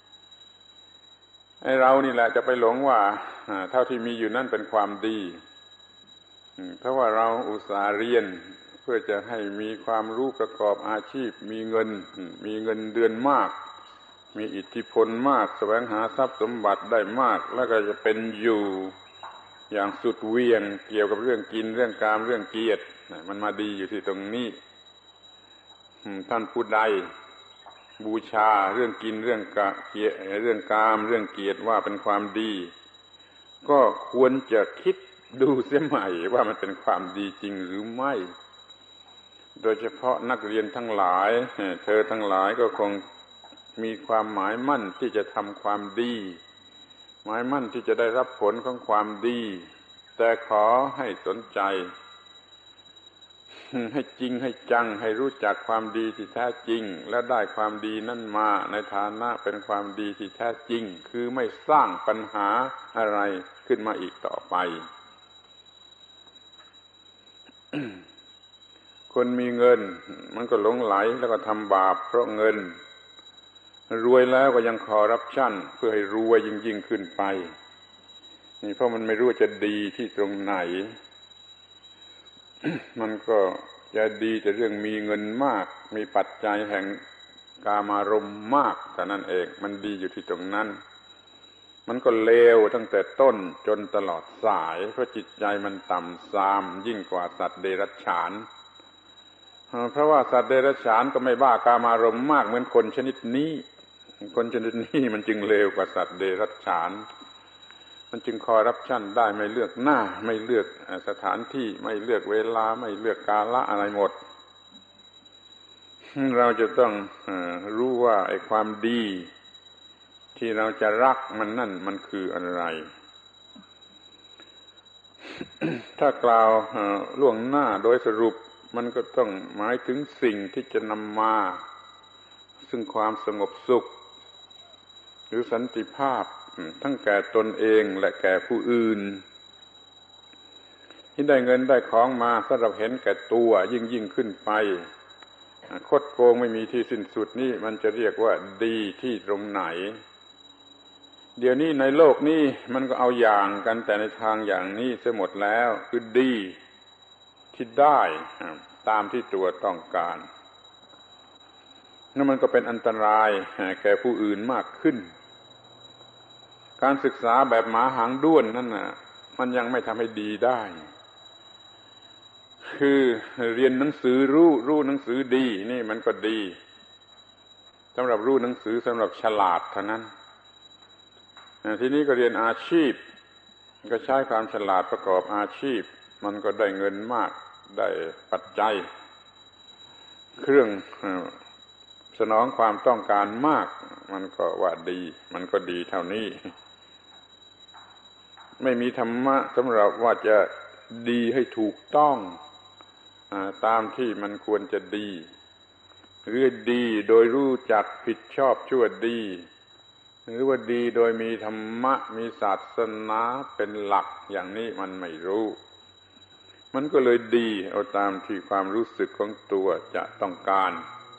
ไอ้เรานี่แหละจะไปหลงว่าเท่าที่มีอยู่นั่นเป็นความดีเพราะว่าเราอุตส่าห์เรียนเพื่อจะให้มีความรู้ประกอบอาชีพมีเงินเดือนมากมีอิทธิพลมากแสวงหาทรัพย์สมบัติได้มากแล้วก็จะเป็นอยู่อย่างสุดเวียงเกี่ยวกับเรื่องกินเรื่องกามเรื่องเกียรติมันมาดีอยู่ที่ตรงนี้ท่านผู้ใดบูชาเรื่องกินเรื่องเกียรติเรื่องกามเรื่องเกียรติว่าเป็นความดีก็ควรจะคิดดูเสียใหม่ว่ามันเป็นความดีจริงหรือไม่โดยเฉพาะนักเรียนทั้งหลายเธอทั้งหลายก็คงมีความหมายมั่นที่จะทำความดีหมายมั่นที่จะได้รับผลของความดีแต่ขอให้สนใจให้จริงให้จังให้รู้จักความดีที่แท้จริงและได้ความดีนั่นมาในฐานะเป็นความดีที่แท้จริงคือไม่สร้างปัญหาอะไรขึ้นมาอีกต่อไป คนมีเงินมันก็หลงไหลแล้วก็ทำบาปเพราะเงินรวยแล้วก็ยังคอร์รัปชันเพื่อให้รวยยิ่งขึ้นไปนี่เพราะมันไม่รู้จะดีที่ตรงไหน มันก็จะดีแต่เรื่องมีเงินมากมีปัจจัยแห่งกามารมณ์มากแต่นั่นเองมันดีอยู่ที่ตรงนั้นมันก็เลวตั้งแต่ต้นจนตลอดสายเพราะจิตใจมันต่ำทรามยิ่งกว่าสัตว์เดรัจฉานเพราะว่าสัตว์เดรัจฉานก็ไม่บ้ากามารมณ์มากเหมือนคนชนิดนี้คนชนิดนี้มันจึงเลวกว่าสัตว์เดรัจฉานมันจึงคอร์รัปชันได้ไม่เลือกหน้าไม่เลือกสถานที่ไม่เลือกเวลาไม่เลือกกาลอะไรหมดเราจะต้องรู้ว่าไอ้ความดีที่เราจะรักมันนั่นมันคืออะไร ถ้ากล่าวล่วงหน้าโดยสรุปมันก็ต้องหมายถึงสิ่งที่จะนำมาซึ่งความสงบสุขหรือสันติภาพทั้งแก่ตนเองและแก่ผู้อื่นที่ได้เงินได้ของมาสำหรับเห็นแก่ตัวยิ่งขึ้นไปคดโกงไม่มีที่สิ้นสุดนี่มันจะเรียกว่าดีที่ตรงไหนเดี๋ยวนี้ในโลกนี้มันก็เอาอย่างกันแต่ในทางอย่างนี้เสียหมดแล้วคือดีที่ได้ตามที่ตัวต้องการนั่นมันก็เป็นอันตรายแก่ผู้อื่นมากขึ้นการศึกษาแบบหมาหางด้วนนั่นน่ะมันยังไม่ทำให้ดีได้คือเรียนหนังสือรู้หนังสือดีนี่มันก็ดีสำหรับรู้หนังสือสำหรับฉลาดเท่านั้นทีนี้ก็เรียนอาชีพก็ใช้ความฉลาดประกอบอาชีพมันก็ได้เงินมากได้ปัจจัยเครื่องสนองความต้องการมากมันก็ว่าดีมันก็ดีเท่านี้ไม่มีธรรมะสำหรับว่าจะดีให้ถูกต้องตามที่มันควรจะดีหรือดีโดยรู้จักผิดชอบชั่วดีหรือว่าดีโดยมีธรรมะมีศาสนาเป็นหลักอย่างนี้มันไม่รู้มันก็เลยดีเอาตามที่ความรู้สึกของตัวจะต้องการ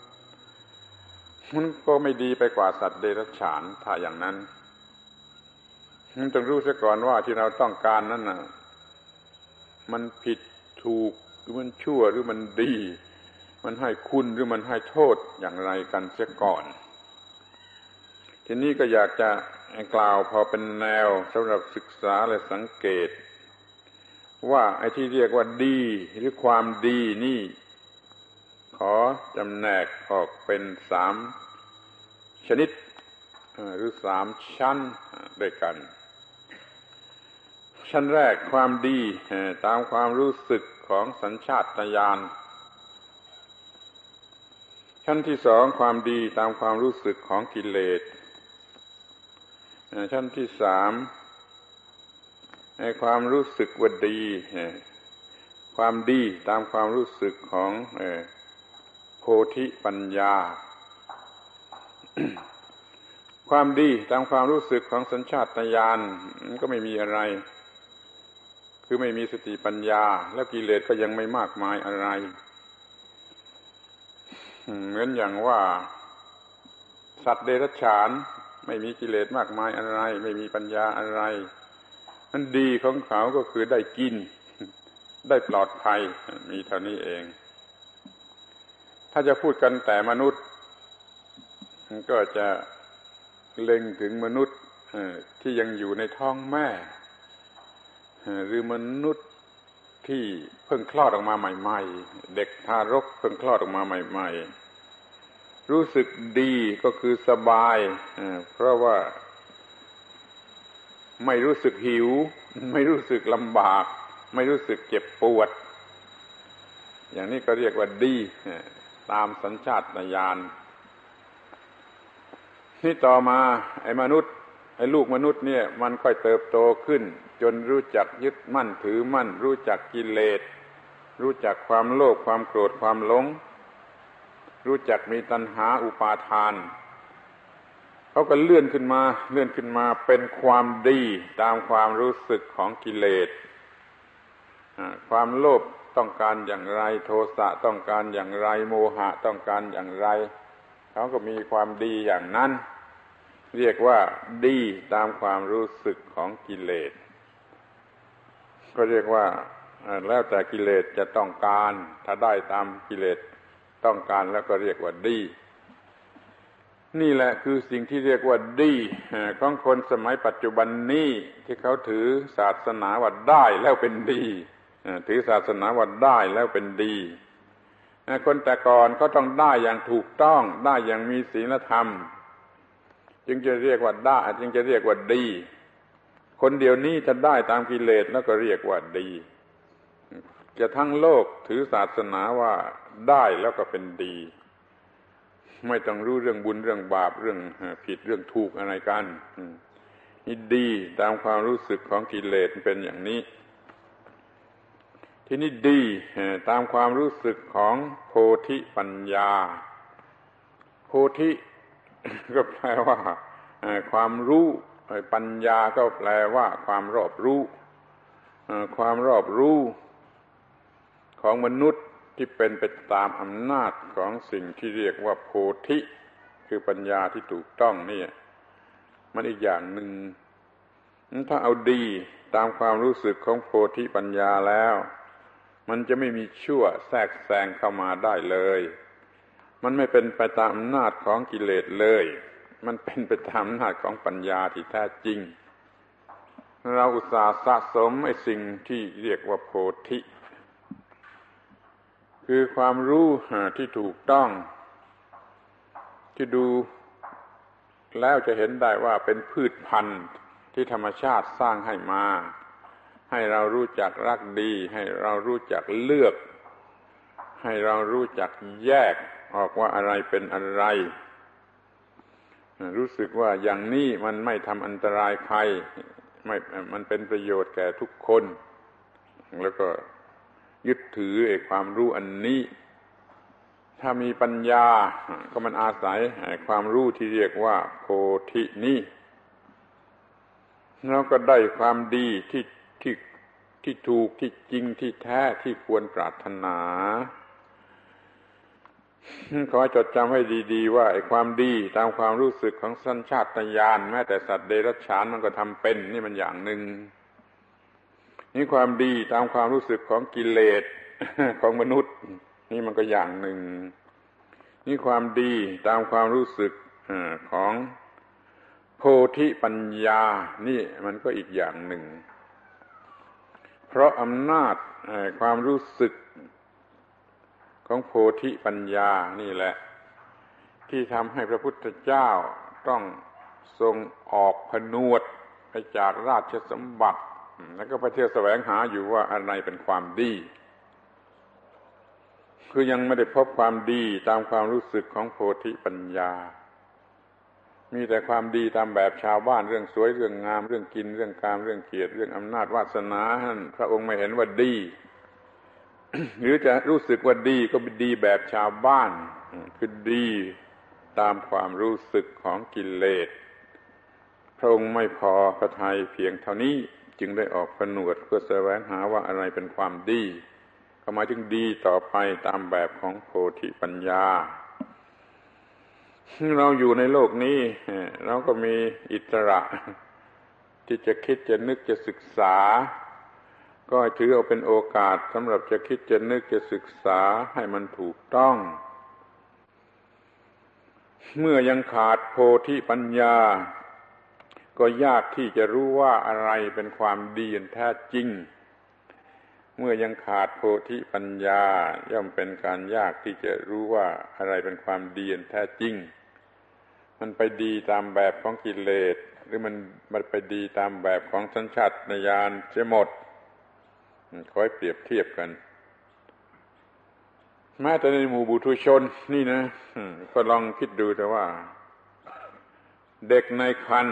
มันก็ไม่ดีไปกว่าสัตว์เดรัจฉานถ้าอย่างนั้นมันต้องรู้ซะก่อนว่าที่เราต้องการนั้นน่ะมันผิดถูกหรือมันชั่วหรือมันดีมันให้คุณหรือมันให้โทษอย่างไรกันเสียก่อนทีนี้ก็อยากจะกล่าวพอเป็นแนวสำหรับศึกษาและสังเกตว่าไอ้ที่เรียกว่าดีหรือความดีนี่ขอจำแนกออกเป็น3ชนิดหรือ3ชั้นด้วยกันชั้นแรกความดีตามความรู้สึกของสัญชาตญาณชั้นที่2ความดีตามความรู้สึกของกิเลสชั้นที่3ให้ความรู้สึกว่าดีความดีตามความรู้สึกของโพธิปัญญา ความดีตามความรู้สึกของสัญชาตญาณมันก็ไม่มีอะไรคือไม่มีสติปัญญาแล้วกิเลสก็ยังไม่มากมายอะไรเหมือนอย่างว่าสัตว์เดรัจฉานไม่มีกิเลสมากมายอะไรไม่มีปัญญาอะไรมันดีของเขาก็คือได้กินได้ปลอดภัยมีเท่านี้เองถ้าจะพูดกันแต่มนุษย์ก็จะเล็งถึงมนุษย์ที่ยังอยู่ในท้องแม่หรือมนุษย์ที่เพิ่งคลอดออกมาใหม่ๆเด็กทารกเพิ่งคลอดออกมาใหม่ๆรู้สึกดีก็คือสบายเพราะว่าไม่รู้สึกหิวไม่รู้สึกลำบากไม่รู้สึกเจ็บปวดอย่างนี้ก็เรียกว่าดีตามสัญชาตญาณนี่ต่อมาไอ้มนุษย์ไอ้ลูกมนุษย์เนี่ยมันค่อยเติบโตขึ้นจนรู้จักยึดมั่นถือมั่นรู้จักกิเลสรู้จักความโลภความโกรธความหลงรู้จักมีตัณหาอุปาทานเขาก็เลื่อนขึ้นมาเป็นความดีตามความรู้สึกของกิเลสความโลภต้องการอย่างไรโทสะต้องการอย่างไรโมหะต้องการอย่างไรเขาก็มีความดีอย่างนั้นเรียกว่าดีตามความรู้สึกของกิเลสก็เรียกว่าแล้วแต่กิเลสจะต้องการถ้าได้ตามกิเลสต้องการแล้วก็เรียกว่าดีนี่แหละคือสิ่งที่เรียกว่าดีของคนสมัยปัจจุบันนี้ที่เขาถือศาสนาว่าได้แล้วเป็นดีถือศาสนาว่าได้แล้วเป็นดีคนแต่ก่อนก็ต้องได้อย่างถูกต้องได้อย่างมีศีลธรรมจึงจะเรียกว่าได้จึงจะเรียกว่าดีคนเดียวนี้ถ้าได้ตามกิเลสแล้วก็เรียกว่าดีจะทั้งโลกถือศาสนาว่าได้แล้วก็เป็นดีไม่ต้องรู้เรื่องบุญเรื่องบาปเรื่องผิดเรื่องถูกอะไรกันนี่ดีตามความรู้สึกของกิเลสเป็นอย่างนี้ที่นี่ดีตามความรู้สึกของโพธิปัญญาโพธิก็แปลว่าความรู้ปัญญาก็แปลว่าความรอบรู้ความรอบรู้ของมนุษย์ที่เป็นไปตามอำนาจของสิ่งที่เรียกว่าโพธิคือปัญญาที่ถูกต้องนี่มันอีกอย่างหนึ่งถ้าเอาดีตามความรู้สึกของโพธิปัญญาแล้วมันจะไม่มีชั่วแทรกแซงเข้ามาได้เลยมันไม่เป็นไปตามอำนาจของกิเลสเลยมันเป็นไปตามอำนาจของปัญญาที่แท้จริงเราอุตส่าห์สะสมไอ้สิ่งที่เรียกว่าโพธิคือความรู้ที่ถูกต้องที่ดูแล้วจะเห็นได้ว่าเป็นพืชพันธุ์ที่ธรรมชาติสร้างให้มาให้เรารู้จักรักดีให้เรารู้จักเลือกให้เรารู้จักแยกออกว่าอะไรเป็นอะไรรู้สึกว่าอย่างนี้มันไม่ทำอันตรายใครมันเป็นประโยชน์แก่ทุกคนแล้วก็ยึดถือไอ้ความรู้อันนี้ถ้ามีปัญญาก็มันอาศัยความรู้ที่เรียกว่าโพธินี้แล้วก็ได้ความดีที่ถูกที่จริงที่แท้ที่ควรปรารถนาขอจดจำให้ดีๆว่าไอ้ความดีตามความรู้สึกของสัญชาตญาณแม้แต่สัตว์เดรัจฉานมันก็ทำเป็นนี่มันอย่างหนึ่งนี่ความดีตามความรู้สึกของกิเลสของมนุษย์นี่มันก็อย่างหนึ่งนี่ความดีตามความรู้สึกของโพธิปัญญานี่มันก็อีกอย่างหนึ่งเพราะอำนาจความรู้สึกของโพธิปัญญานี่แหละที่ทำให้พระพุทธเจ้าต้องทรงออกผนวดไปจากราชสมบัติแล้วก็ไปเที่ยวแสวงหาอยู่ว่าอะไรเป็นความดีคือยังไม่ได้พบความดีตามความรู้สึกของโพธิปัญญามีแต่ความดีตามแบบชาวบ้านเรื่องสวยเรื่องงามเรื่องกินเรื่องกามเรื่องเกียรติเรื่องอำนาจวาสนาพระองค์ไม่เห็นว่าดี หรือจะรู้สึกว่าดีก็เป็นดีแบบชาวบ้านคือดีตามความรู้สึกของกิเลสพระองค์ไม่พอพระทัยเพียงเท่านี้จึงได้ออกผนวดเพื่อแสวงหาว่าอะไรเป็นความดีก็หมายถึงดีต่อไปตามแบบของโพธิปัญญาเราอยู่ในโลกนี้เราก็มีอิสระที่จะคิดจะนึกจะศึกษาก็ถือเอาเป็นโอกาสสำหรับจะคิดจะนึกจะศึกษาให้มันถูกต้องเมื่อยังขาดโพธิปัญญาก็ยากที่จะรู้ว่าอะไรเป็นความดีอันแท้จริงเมื่อยังขาดโพธิปัญญาย่อมเป็นการยากที่จะรู้ว่าอะไรเป็นความดีอันแท้จริงมันไปดีตามแบบของกิเลสหรือมันไปดีตามแบบของสัญชาตญาณเสียหมดขอให้เปรียบเทียบกันแม้แต่ในหมู่บุถุชนนี่นะก็ลองคิดดูแต่ว่าเด็กในครรภ์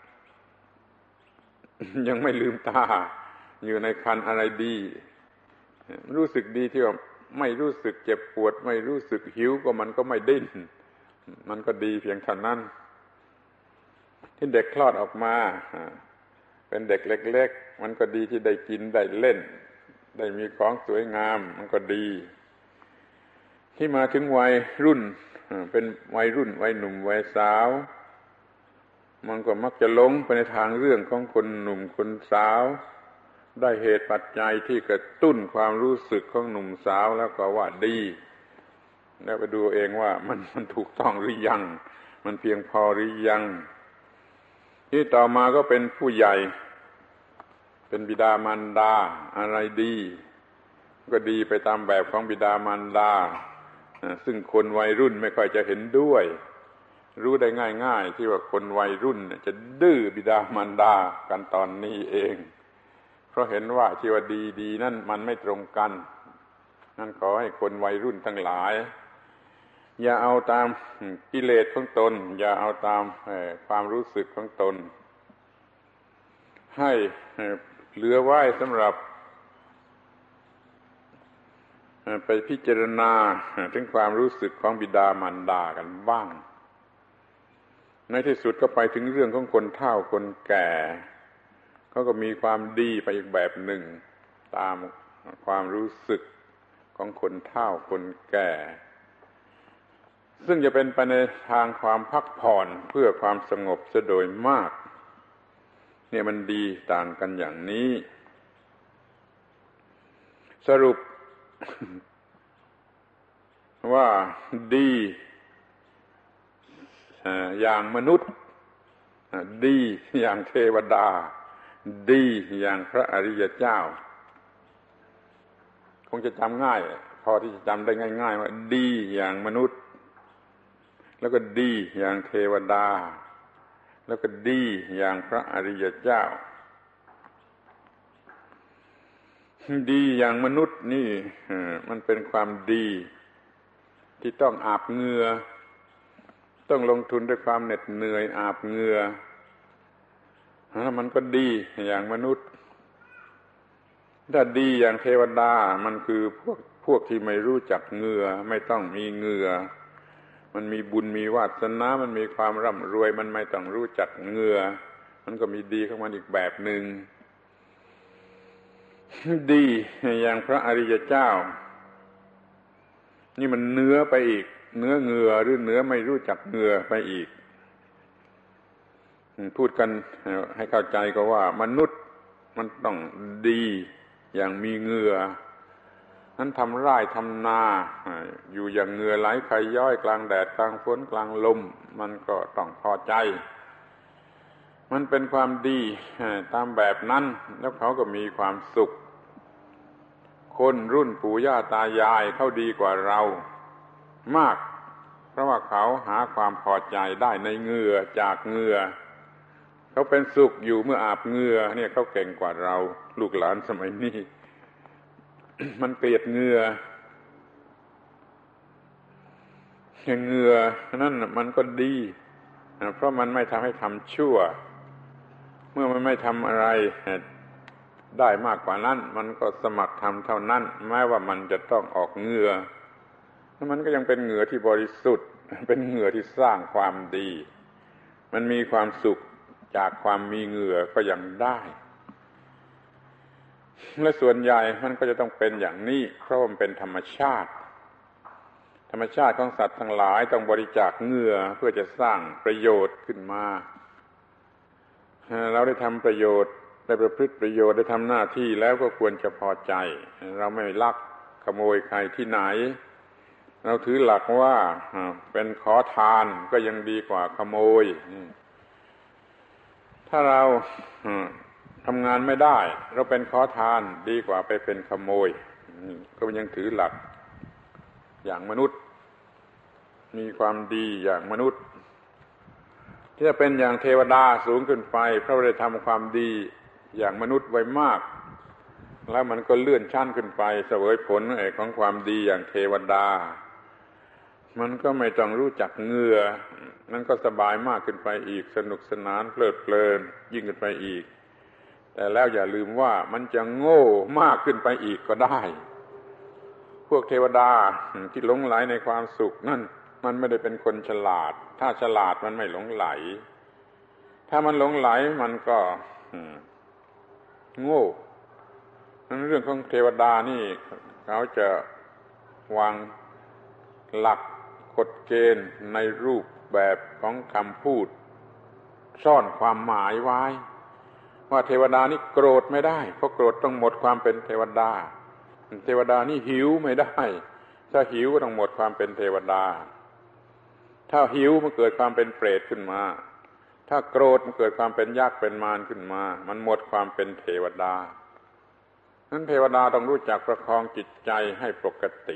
ยังไม่ลืมตาอยู่ในครรภ์อะไรดีรู้สึกดีที่ว่าไม่รู้สึกเจ็บปวดไม่รู้สึกหิวก็มันก็ไม่ดิ้นมันก็ดีเพียงเท่านั้นที่เด็กคลอดออกมาเป็นเด็กเล็กๆมันก็ดีที่ได้กินได้เล่นได้มีของสวยงามมันก็ดีที่มาถึงวัยรุ่นเป็นวัยรุ่นวัยหนุ่มวัยสาวมันก็มักจะหลงไปในทางเรื่องของคนหนุ่มคนสาวได้เหตุปัจจัยที่กระตุ้นความรู้สึกของหนุ่มสาวแล้วก็ว่าดีแล้วไปดูเองว่ามันถูกต้องหรือยังมันเพียงพอหรือยังที่ต่อมาก็เป็นผู้ใหญ่เป็นบิดามารดาอะไรดีก็ดีไปตามแบบของบิดามารดาซึ่งคนวัยรุ่นไม่ค่อยจะเห็นด้วยรู้ได้ง่ายๆที่ว่าคนวัยรุ่นจะดื้อบิดามารดากันตอนนี้เองเพราะเห็นว่าที่ว่าดีๆนั่นมันไม่ตรงกันนั่นขอให้คนวัยรุ่นทั้งหลายอย่าเอาตามกิเลสของตนอย่าเอาตามความรู้สึกของตนให้เหลือไว้สำหรับไปพิจารณาถึงความรู้สึกของบิดามารดากันบ้างในที่สุดก็ไปถึงเรื่องของคนเฒ่าคนแก่เขาก็มีความดีไปอีกแบบหนึ่งตามความรู้สึกของคนเฒ่าคนแก่ซึ่งจะเป็นไปในทางความพักผ่อนเพื่อความสงบซะโดยมากเนี่ยมันดีต่างกันอย่างนี้สรุปว่าดีอย่างมนุษย์ดีอย่างเทวดาดีอย่างพระอริยเจ้าคงจะจำง่ายพอที่จะจำได้ง่ายๆว่าดีอย่างมนุษย์แล้วก็ดีอย่างเทวดาแล้วก็ดีอย่างพระอริยเจ้าดีอย่างมนุษย์นี่มันเป็นความดีที่ต้องอาบเหงื่อต้องลงทุนด้วยความเหน็ดเหนื่อยอาบเหงื่อแล้วมันก็ดีอย่างมนุษย์ถ้าดีอย่างเทวดามันคือพวกที่ไม่รู้จักเหงื่อไม่ต้องมีเหงื่อมันมีบุญมีวาสนามันมีความร่ำรวยมันไม่ต้องรู้จักเหงื่อมันก็มีดีของมันอีกแบบหนึ่งดีอย่างพระอริยเจ้านี่มันเหนือไปอีกเหนือเหงื่อหรือเหนือไม่รู้จักเหงื่อไปอีกพูดกันให้เข้าใจก็ว่ามนุษย์มันต้องดีอย่างมีเหงื่อนั้นทำไร่ทำนาอยู่อย่างเหงื่อไหลไขย้อยกลางแดดกลางฝนกลางลมมันก็ต้องพอใจมันเป็นความดีตามแบบนั้นแล้วเขาก็มีความสุขคนรุ่นปู่ย่าตายายเขาดีกว่าเรามากเพราะว่าเขาหาความพอใจได้ในเหงื่อจากเหงื่อเขาเป็นสุขอยู่เมื่ออาบเหงื่อเนี่ยเขาเก่งกว่าเราลูกหลานสมัยนี้ มันเกลียดเหงื่อเหงื่อนั่นมันก็ดีเพราะมันไม่ทำให้ทำชั่วเมื่อมันไม่ทำอะไรได้มากกว่านั้นมันก็สมัครทำเท่านั้นแม้ว่ามันจะต้องออกเหงื่อมันก็ยังเป็นเหงื่อที่บริสุทธิ์เป็นเหงื่อที่สร้างความดีมันมีความสุขจากความมีเหงื่อก็ยังได้และส่วนใหญ่มันก็จะต้องเป็นอย่างนี้เพราะมันเป็นธรรมชาติของสัตว์ทั้งหลายต้องบริจาคเหงื่อเพื่อจะสร้างประโยชน์ขึ้นมาเราได้ทำประโยชน์ได้ประพฤติประโยชน์ได้ทำหน้าที่แล้วก็ควรจะพอใจเราไม่ลักขโมยใครที่ไหนเราถือหลักว่าเป็นขอทานก็ยังดีกว่าขโมยถ้าเราทำงานไม่ได้เราเป็นขอทานดีกว่าไปเป็นขโมยก็ยังถือหลักอย่างมนุษย์มีความดีอย่างมนุษย์ที่จะเป็นอย่างเทวดาสูงขึ้นไปเพราะได้ทำความดีอย่างมนุษย์ไว้มากแล้วมันก็เลื่อนชั้นขึ้นไปเสวยผลของความดีอย่างเทวดามันก็ไม่ต้องรู้จักเหงื่อนั่นก็สบายมากขึ้นไปอีกสนุกสนานเพลิดเพลินยิ่งขึ้นไปอีกแต่แล้วอย่าลืมว่ามันจะโง่มากขึ้นไปอีกก็ได้พวกเทวดาที่หลงไหลในความสุขนั่นมันไม่ได้เป็นคนฉลาดถ้าฉลาดมันไม่หลงไหลถ้ามันหลงไหลมันก็โง่นั่นเรื่องของเทวดานี่เขาจะวางหลักกฎเกณฑ์ในรูปแบบของคำพูดซ่อนความหมายไว้ว่าเทวดานี่โกรธไม่ได้เพราะโกรธต้องหมดความเป็นเทวดาเทวดานี่หิวไม่ได้ถ้าหิวก็ต้องหมดความเป็นเทวดาถ้าหิวมันเกิดความเป็นเปรตขึ้นมาถ้าโกรธมันเกิดความเป็นยักษ์เป็นมารขึ้นมามันหมดความเป็นเทวดานั้นเทวดาต้องรู้จักประคองจิตใจให้ปกติ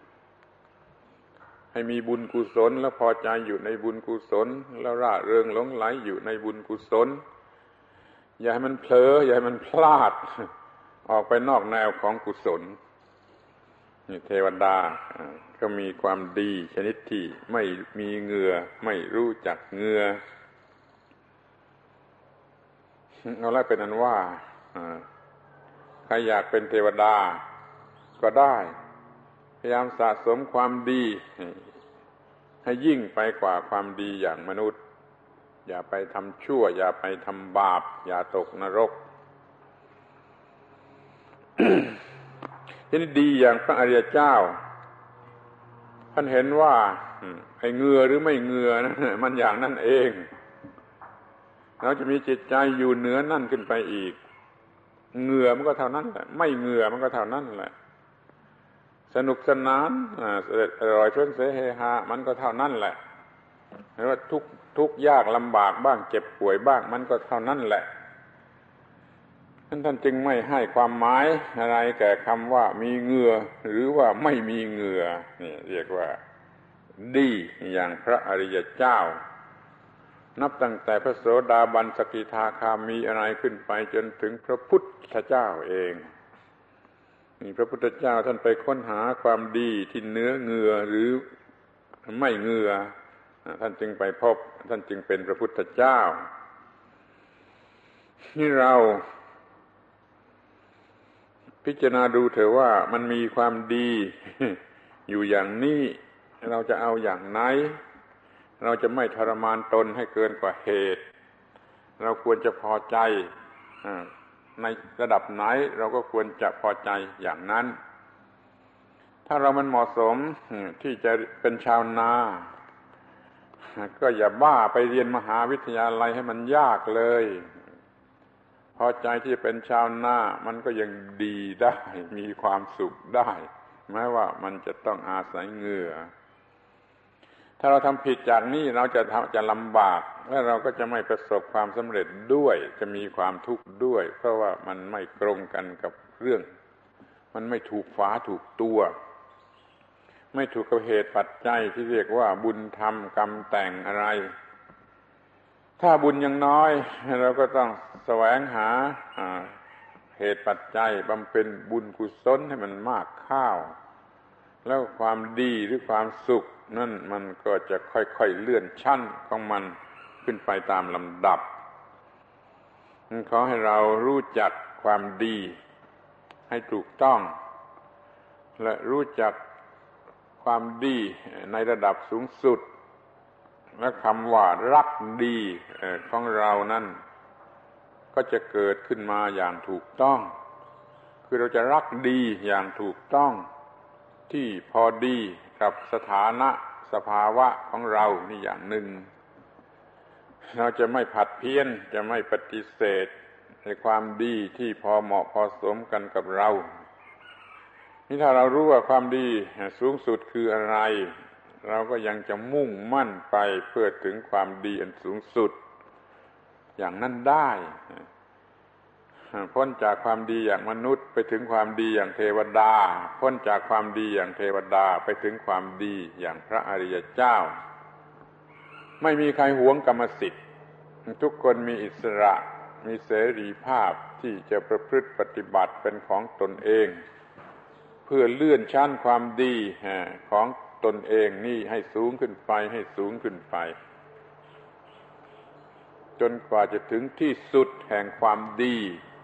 ให้มีบุญกุศลแล้วพอใจอยู่ในบุญกุศลแล้วร่าเริงหลงไหลอยู่ในบุญกุศลอย่าให้มันเผลออย่าให้มันพลาดออกไปนอกแนวของกุศลนี่เทวดาก็มีความดีชนิดที่ไม่มีเหงื่อไม่รู้จักเหงื่อเอาละเป็นอันว่าใครอยากเป็นเทวดาก็ได้พยายามสะสมความดีให้ยิ่งไปกว่าความดีอย่างมนุษย์อย่าไปทำชั่วอย่าไปทำบาปอย่าตกนรก ที่นี่ดีอย่างพระอริยเจ้าท่านเห็นว่าให้เหงื่อหรือไม่เหงื่อนะมันอย่างนั้นเองเราจะมีจิตใจอยู่เหนือนั่นขึ้นไปอีกเหงื่อมันก็เท่านั้นแหละไม่เหงื่อมันก็เท่านั้นแหละสนุกสนานอร่อยชวนเสเฮฮามันก็เท่านั้นแหละหรือว่าทุกข์ยากลำบากบ้างเจ็บป่วยบ้างมันก็เท่านั้นแหละท่านจึงไม่ให้ความหมายอะไรแก่คำว่ามีเหงื่อหรือว่าไม่มีเหงื่อนี่เรียกว่าดีอย่างพระอริยเจ้านับตั้งแต่พระโสดาบันสกิทาคามีอะไรขึ้นไปจนถึงพระพุทธเจ้าเองนี่พระพุทธเจ้าท่านไปค้นหาความดีที่เนื้อเหงื่อหรือไม่เหงื่อท่านจึงไปพบท่านจึงเป็นพระพุทธเจ้านี่เราพิจารณาดูเถอะว่ามันมีความดีอยู่อย่างนี้เราจะเอาอย่างไหนเราจะไม่ทรมานตนให้เกินกว่าเหตุเราควรจะพอใจในระดับไหนเราก็ควรจะพอใจอย่างนั้นถ้าเรามันเหมาะสมที่จะเป็นชาวนาก็อย่าบ้าไปเรียนมหาวิทยาลัยให้มันยากเลยพอใจที่จะเป็นชาวนามันก็ยังดีได้มีความสุขได้แม้ว่ามันจะต้องอาศัยเหงื่อถ้าเราทำผิดจากนี้เราจะลำบากและเราก็จะไม่ประสบความสำเร็จด้วยจะมีความทุกข์ด้วยเพราะว่ามันไม่ตรงกันกับเรื่องมันไม่ถูกฝาถูกตัวไม่ถูกกับเหตุปัจจัยที่เรียกว่าบุญธรรมกรรมแต่งอะไรถ้าบุญยังน้อยเราก็ต้องแสวงหาเหตุปัจจัยบำเพ็ญบุญกุศลให้มันมากข้าวแล้วความดีหรือความสุขนั่นมันก็จะค่อยๆเลื่อนชั้นของมันขึ้นไปตามลำดับขอให้เรารู้จักความดีให้ถูกต้องและรู้จักความดีในระดับสูงสุดและคำว่ารักดีของเรานั้นก็จะเกิดขึ้นมาอย่างถูกต้องคือเราจะรักดีอย่างถูกต้องที่พอดีกับสถานะสภาวะของเรานี่อย่างหนึ่งเราจะไม่ผัดเพี้ยนจะไม่ปฏิเสธในความดีที่พอเหมาะพอสมกันกับเรานี่ถ้าเรารู้ว่าความดีสูงสุดคืออะไรเราก็ยังจะมุ่งมั่นไปเพื่อถึงความดีอันสูงสุดอย่างนั้นได้พ้นจากความดีอย่างมนุษย์ไปถึงความดีอย่างเทวดาพ้นจากความดีอย่างเทวดาไปถึงความดีอย่างพระอริยเจ้าไม่มีใครหวงกรรมสิทธิ์ทุกคนมีอิสระมีเสรีภาพที่จะประพฤติปฏิบัติเป็นของตนเองเพื่อเลื่อนชั้นความดีของตนเองนี่ให้สูงขึ้นไปให้สูงขึ้นไปจนกว่าจะถึงที่สุดแห่งความดี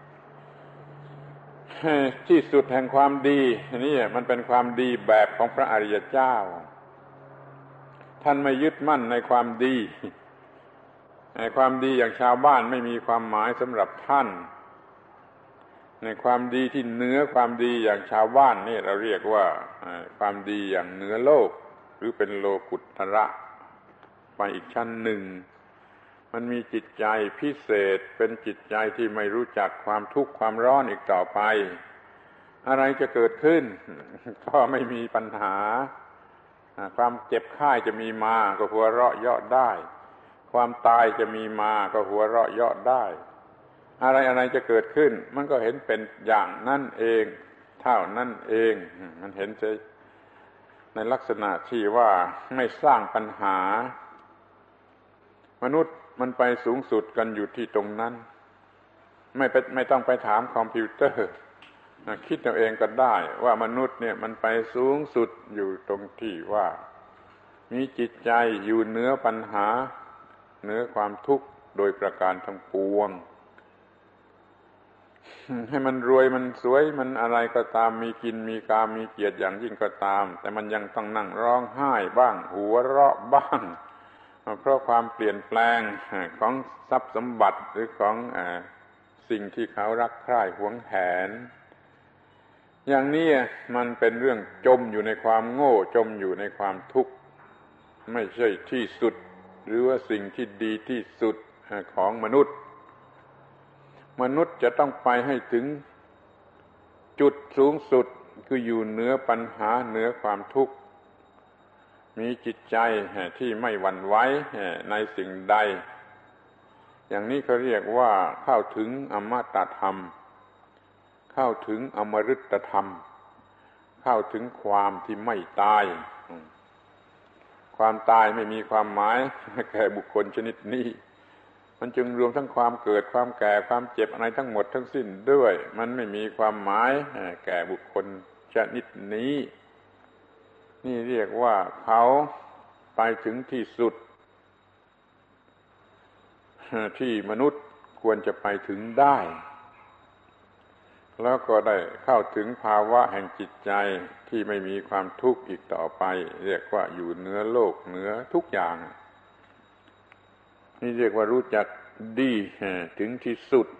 ที่สุดแห่งความดีนี่มันเป็นความดีแบบของพระอริยเจ้าท่านไม่ยึดมั่นในความดีความดีอย่างชาวบ้านไม่มีความหมายสำหรับท่านในความดีที่เหนือความดีอย่างชาวบ้านนี่เราเรียกว่าความดีอย่างเหนือโลกหรือเป็นโลกุตระไปอีกชั้นหนึ่งมันมีจิตใจพิเศษเป็นจิตใจที่ไม่รู้จักความทุกข์ความร้อนอีกต่อไปอะไรจะเกิดขึ้นก็ไม่มีปัญหาความเจ็บไข้จะมีมาก็หัวเราะเยาะได้ความตายจะมีมาก็หัวเราะเยาะได้อะไรจะเกิดขึ้นมันก็เห็นเป็นอย่างนั่นเองเท่านั้นเองมันเห็นในลักษณะที่ว่าไม่สร้างปัญหามนุษย์มันไปสูงสุดกันอยู่ที่ตรงนั้นไม่ต้องไปถามคอมพิวเตอร์คิดเอาเองก็ได้ว่ามนุษย์เนี่ยมันไปสูงสุดอยู่ตรงที่ว่ามีจิตใจอยู่เหนือปัญหาเหนือความทุกข์โดยประการทั้งปวงให้มันรวยมันสวยมันอะไรก็ตามมีกินมีกามมีเกียรติอย่างยิ่งก็ตามแต่มันยังต้องนั่งร้องไห้บ้างหัวเราะบ้างเพราะความเปลี่ยนแปลงของทรัพย์สมบัติหรือของสิ่งที่เขารักใคร่หวงแหนอย่างนี้มันเป็นเรื่องจมอยู่ในความโง่จมอยู่ในความทุกข์ไม่ใช่ที่สุดหรือว่าสิ่งที่ดีที่สุดของมนุษย์จะต้องไปให้ถึงจุดสูงสุดคืออยู่เหนือปัญหาเหนือความทุกข์มีจิตใจที่ไม่หวั่นไหวในสิ่งใดอย่างนี้เขาเรียกว่าเข้าถึงอมตะธรรมเข้าถึงอมฤตธรรมเข้าถึงความที่ไม่ตายความตายไม่มีความหมายแก่บุคคลชนิดนี้มันจึงรวมทั้งความเกิดความแก่ความเจ็บอะไรทั้งหมดทั้งสิ้นด้วยมันไม่มีความหมายแก่บุคคลชนิดนี้นี่เรียกว่าเขาไปถึงที่สุดที่มนุษย์ควรจะไปถึงได้แล้วก็ได้เข้าถึงภาวะแห่งจิตใจที่ไม่มีความทุกข์อีกต่อไปเรียกว่าอยู่เหนือโลกเหนือทุกอย่างนี่เรียกว่ารู้จักดีถึงที่สุด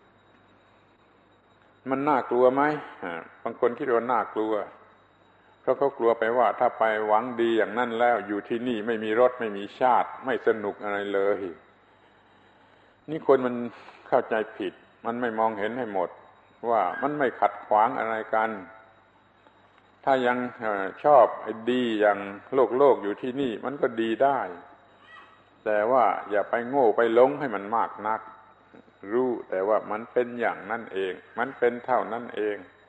มันน่ากลัวไหมบางคนคิดว่าน่ากลัวเพราะเขากลัวไปว่าถ้าไปหวังดีอย่างนั้นแล้วอยู่ที่นี่ไม่มีรสไม่มีชาติไม่สนุกอะไรเลยนี่คนมันเข้าใจผิดมันไม่มองเห็นให้หมดว่ามันไม่ขัดขวางอะไรกันถ้ายังชอบไอ้ดีอย่างโลกอยู่ที่นี่มันก็ดีได้แต่ว่าอย่าไปโง่ไปหลงให้มันมากนักรู้แต่ว่ามันเป็นอย่างนั้นเองมันเป็นเท่านั้นเอง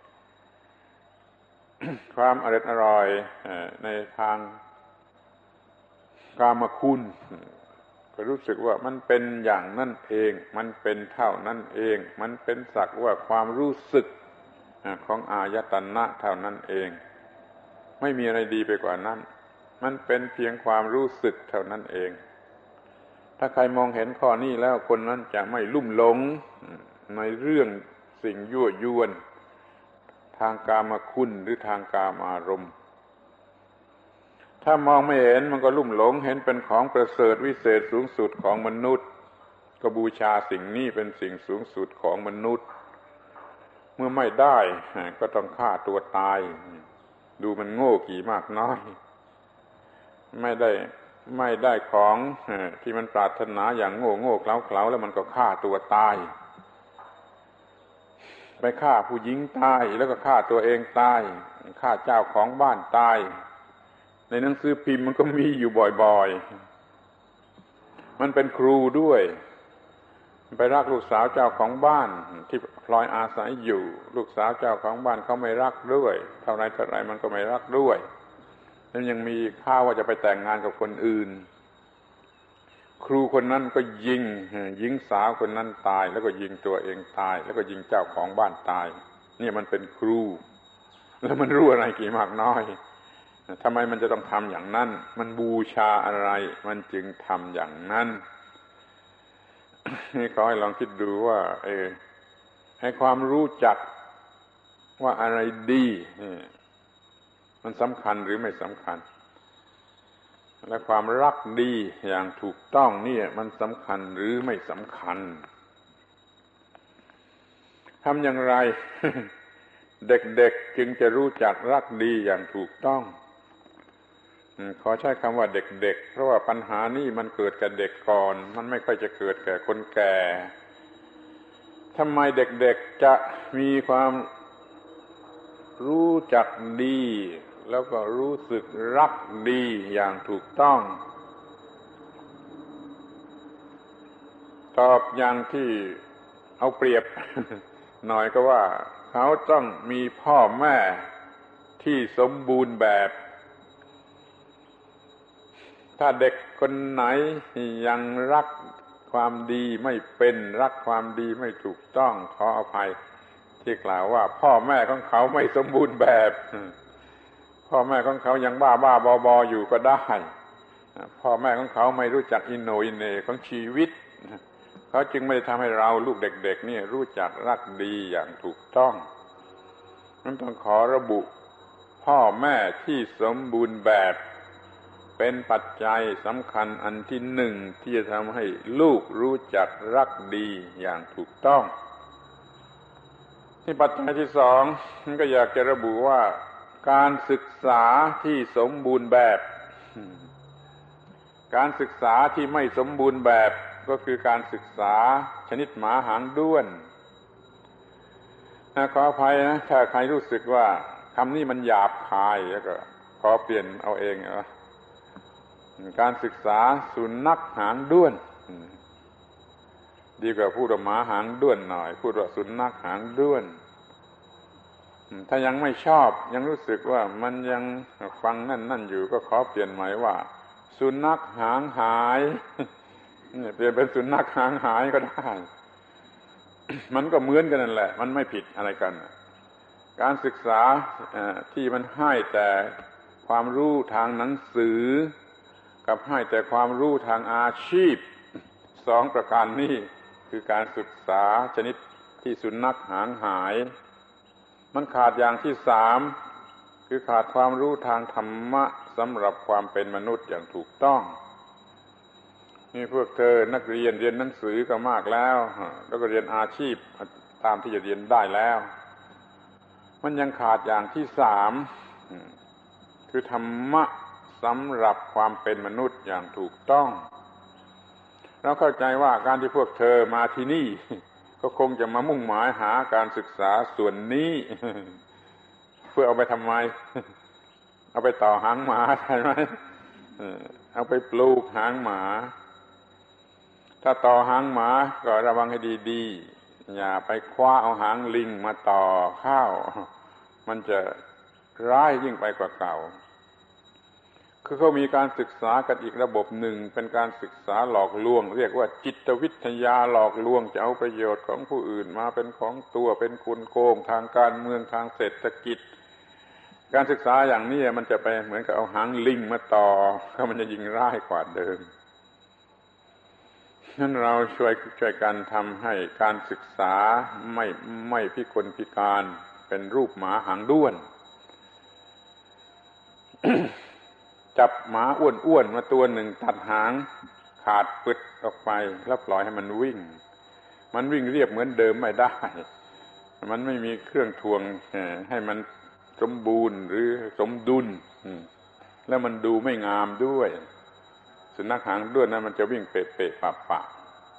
ความอร่อยในทางกามคุณก็รู้สึกว่ามันเป็นอย่างนั้นเองมันเป็นเท่านั้นเองมันเป็นสักว่าความรู้สึกของอายตนะเท่านั้นเองไม่มีอะไรดีไปกว่านั้นมันเป็นเพียงความรู้สึกเท่านั้นเองถ้าใครมองเห็นข้อนี้แล้วคนนั้นจะไม่ลุ่มหลงในเรื่องสิ่งยั่วยวนทางกามคุณหรือทางกามอารมณ์ถ้ามองไม่เห็นมันก็ลุ่มหลงเห็นเป็นของประเสริฐวิเศษสูงสุดของมนุษย์ก็บูชาสิ่งนี้เป็นสิ่งสูงสุดของมนุษย์เมื่อไม่ได้ก็ต้องฆ่าตัวตายดูมันโง่กี่มากน้อยไม่ได้ของที่มันปรารถนาอย่างโง่เขลาแล้วมันก็ฆ่าตัวตายไปฆ่าผู้หญิงตายแล้วก็ฆ่าตัวเองตายฆ่าเจ้าของบ้านตายในหนังสือพิมพ์มันก็มีอยู่บ่อยๆมันเป็นครูด้วยไปรักลูกสาวเจ้าของบ้านที่พลอยอาศัยอยู่ลูกสาวเจ้าของบ้านเขาไม่รักด้วยเท่าไรมันก็ไม่รักด้วยแล้วยังมีข่าวว่าจะไปแต่งงานกับคนอื่นครูคนนั้นก็ยิงหญิงสาวคนนั้นตายแล้วก็ยิงตัวเองตายแล้วก็ยิงเจ้าของบ้านตายเนี่ยมันเป็นครูแล้วมันรู้อะไรกี่มากน้อยทำไมมันจะต้องทำอย่างนั้นมันบูชาอะไรมันจึงทำอย่างนั้นนี่ขอให้ลองคิดดูว่าให้ความรู้จักว่าอะไรดีมันสำคัญหรือไม่สำคัญและความรักดีอย่างถูกต้องเนี่ยมันสำคัญหรือไม่สำคัญทำอย่างไร เด็กๆจึงจะรู้จักรักดีอย่างถูกต้องขอใช้คำว่าเด็กๆเพราะว่าปัญหานี้มันเกิดกับเด็กก่อนมันไม่ค่อยจะเกิดแก่คนแก่ทำไมเด็กๆจะมีความรู้จักดีแล้วก็รู้สึกรักดีอย่างถูกต้องตอบอย่างที่เอาเปรียบ หน่อยก็ว่าเขาต้องมีพ่อแม่ที่สมบูรณ์แบบถ้าเด็กคนไหนยังรักความดีไม่เป็นรักความดีไม่ถูกต้องขออภัยที่กล่าวว่าพ่อแม่ของเขาไม่สมบูรณ์แบบพ่อแม่ของเขายังบ้าบออยู่ก็ได้พ่อแม่ของเขาไม่รู้จักอินโนอินเนของชีวิตเขาจึงไม่ได้ทำให้เราลูกเด็กๆนี่รู้จักรักดีอย่างถูกต้องนั้นต้องขอระบุพ่อแม่ที่สมบูรณ์แบบเป็นปัจจัยสำคัญอันที่หนึ่งที่จะทำให้ลูกรู้จักรักดีอย่างถูกต้องที่ปัจจัยที่สองมันก็อยากจะระบุว่าการศึกษาที่สมบูรณ์แบบการศึกษาที่ไม่สมบูรณ์แบบก็คือการศึกษาชนิดหมาหางด้วนขออภัยนะถ้าใครรู้สึกว่าคำนี้มันหยาบคายแล้วก็ขอเปลี่ยนเอาเองการศึกษาสุนัขหางด้วนดีกว่าพูดว่าหมาหางด้วนหน่อยพูดว่าสุนัขหางด้วนถ้ายังไม่ชอบยังรู้สึกว่ามันยังฟังนั่นอยู่ก็ขอเปลี่ยนใหม่ว่าสุนัขหางหายเปลี่ยนเป็นสุนัขหางหายก็ได้ มันก็เหมือนกันนั่นแหละมันไม่ผิดอะไรกันการศึกษาที่มันให้แต่ความรู้ทางหนังสือกับให้แต่ความรู้ทางอาชีพสองประการนี้คือการศึกษาชนิดที่สุนัขหางหายมันขาดอย่างที่สามคือขาดความรู้ทางธรรมะสำหรับความเป็นมนุษย์อย่างถูกต้องนี่พวกเธอนักเรียนหนังสือก็มากแล้วแล้วก็เรียนอาชีพตามที่จะเรียนได้แล้วมันยังขาดอย่างที่สามคือธรรมะสำหรับความเป็นมนุษย์อย่างถูกต้องเราเข้าใจว่าการที่พวกเธอมาที่นี่ก็คงจะมามุ่งหมายหาการศึกษาส่วนนี้ เพื่อเอาไปทำไมเอาไปต่อหางหมาใช่ไหมเอาไปปลูกหางหมาถ้าต่อหางหมาก็ระวังให้ดีๆอย่าไปคว้าเอาหางลิงมาต่อข้าวมันจะร้ายยิ่งไปกว่าเก่าคือเขามีการศึกษากันอีกระบบหนึ่งเป็นการศึกษาหลอกลวงเรียกว่าจิตวิทยาหลอกลวงจะเอาประโยชน์ของผู้อื่นมาเป็นของตัวเป็นกลโกงทางการเมืองทางเศรษฐกิจการศึกษาอย่างนี้มันจะไปเหมือนกับเอาหางลิงมาต่อก็มันจะยิ่งร้ายกว่าเดิมฉะนั้นเราช่วยกันทำให้การศึกษาไม่พิกลพิการเป็นรูปหมาหางด้วน จับหมาอ้วนๆมาตัวหนึ่งตัดหางขาดปึดออกไปแล้วปล่อยให้มันวิ่งเรียบเหมือนเดิมไม่ได้มันไม่มีเครื่องทวงให้มันสมบูรณ์หรือสมดุลแล้วมันดูไม่งามด้วยสุนัขหางด้วนนั้นมันจะวิ่งเปะๆปะ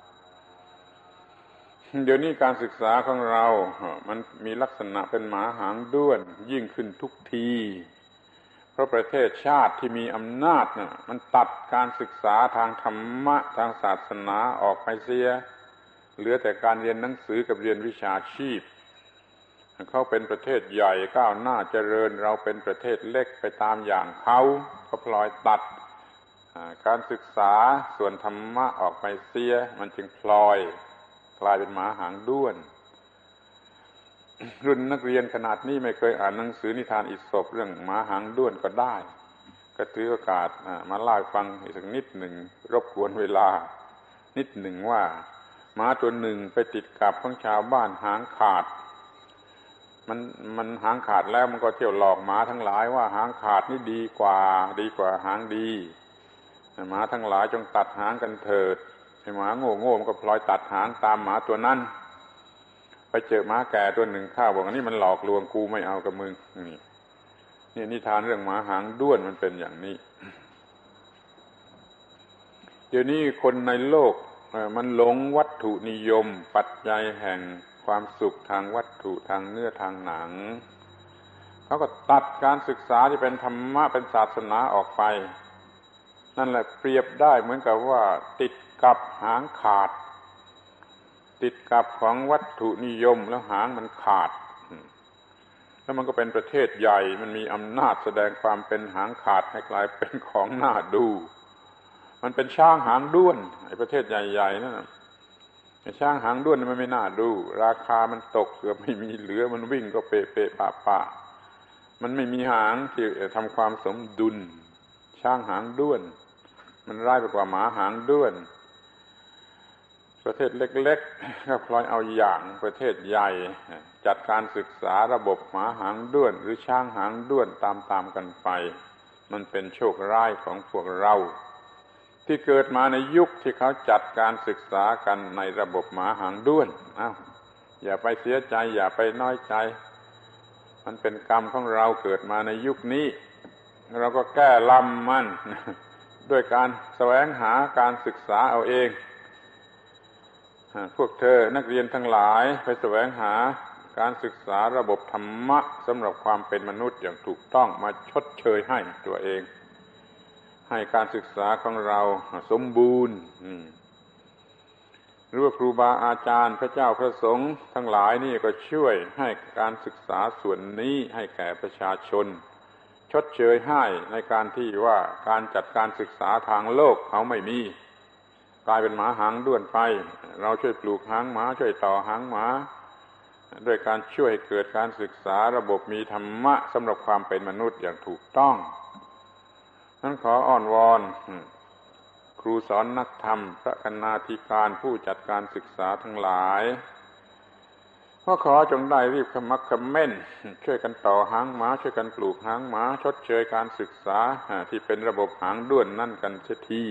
ๆเดี๋ยวนี้การศึกษาของเรามันมีลักษณะเป็นหมาหางด้วนยิ่งขึ้นทุกทีเพราะประเทศชาติที่มีอำนาจน่ะมันตัดการศึกษาทางธรรมะทางศาสนาออกไปเสียเหลือแต่การเรียนหนังสือกับเรียนวิชาชีพเขาเป็นประเทศใหญ่ก้าวหน้าเจริญเราเป็นประเทศเล็กไปตามอย่างเขาก็พลอยตัดการศึกษาส่วนธรรมะออกไปเสียมันจึงพลอยกลายเป็นหมาหางด้วนรุ่นนักเรียนขนาดนี้ไม่เคยอ่านหนังสือนิทานอิศบเรื่องหมาหางด้วนก็ได้ก็ถือโอกาสมาเล่าให้ฟังอีกสักนิดหนึ่งรบกวนเวลานิดหนึ่งว่าหมาตัวหนึ่งไปติดกับของชาวบ้านหางขาดมันหางขาดแล้วมันก็เที่ยวหลอกหมาทั้งหลายว่าหางขาดนี่ดีกว่าหางดีหมาทั้งหลายจงตัดหางกันเถิดไอ้หมาโง่มันก็พลอยตัดหางตามหมาตัวนั้นไปเจอหมาแก่ตัวหนึ่งข้าวบอกอันนี้มันหลอกลวงกูไม่เอากับมึงนี่นิทานเรื่องหมาหางด้วนมันเป็นอย่างนี้เดี๋ยวนี้คนในโลกมันหลงวัตถุนิยมปัจจัยแห่งความสุขทางวัตถุทางเนื้อทางหนังเขาก็ตัดการศึกษาที่เป็นธรรมะเป็นศาสนาออกไปนั่นแหละเปรียบได้เหมือนกับว่าติดกับหางขาดติดกับของวัตถุนิยมแล้วหางมันขาดแล้วมันก็เป็นประเทศใหญ่มันมีอำนาจแสดงความเป็นหางขาดให้กลายเป็นของน่าดูมันเป็นช้างหางด้วนไอ้ประเทศใหญ่ๆนั่นไอ้ช้างหางด้วนมันไม่น่าดูราคามันตกเกือบไม่มีเหลือมันวิ่งก็เปะๆปะๆมันไม่มีหางที่ทำความสมดุลช้างหางด้วนมันร้ายไปกว่าหมาหางด้วนประเทศเล็กๆก็พลอยเอาอย่างประเทศใหญ่จัดการศึกษาระบบหมาหางด้วนหรือช้างหางด้วนตามกันไปมันเป็นโชคร้ายของพวกเราที่เกิดมาในยุคที่เขาจัดการศึกษากันในระบบหมาหางด้วนอย่าไปเสียใจอย่าไปน้อยใจมันเป็นกรรมของเราเกิดมาในยุคนี้เราก็แก้ลำมันด้วยการแสวงหาการศึกษาเอาเองพวกเธอนักเรียนทั้งหลายไปแสวงหาการศึกษาระบบธรรมะสำหรับความเป็นมนุษย์อย่างถูกต้องมาชดเชยให้ตัวเองให้การศึกษาของเราสมบูรณ์หรือว่าครูบาอาจารย์พระเจ้าพระสงฆ์ทั้งหลายนี่ก็ช่วยให้การศึกษาส่วนนี้ให้แก่ประชาชนชดเชยให้ในการที่ว่าการจัดการศึกษาทางโลกเขาไม่มีกลายเป็นหมาหางด้วนไปเราช่วยปลูกหางหมาช่วยต่อหางหมาด้วยการช่วยเกิดการศึกษาระบบมีธรรมะสำหรับความเป็นมนุษย์อย่างถูกต้องนั้นขออ้อนวอนครูสอนนักธรรมพระคณาธิการผู้จัดการศึกษาทั้งหลายก็ขอจงได้รีบขมักเขม้นช่วยกันต่อหางหมาช่วยกันปลูกหางหมาชดเชยการศึกษาที่เป็นระบบหางด้วนนั่นกันเสียที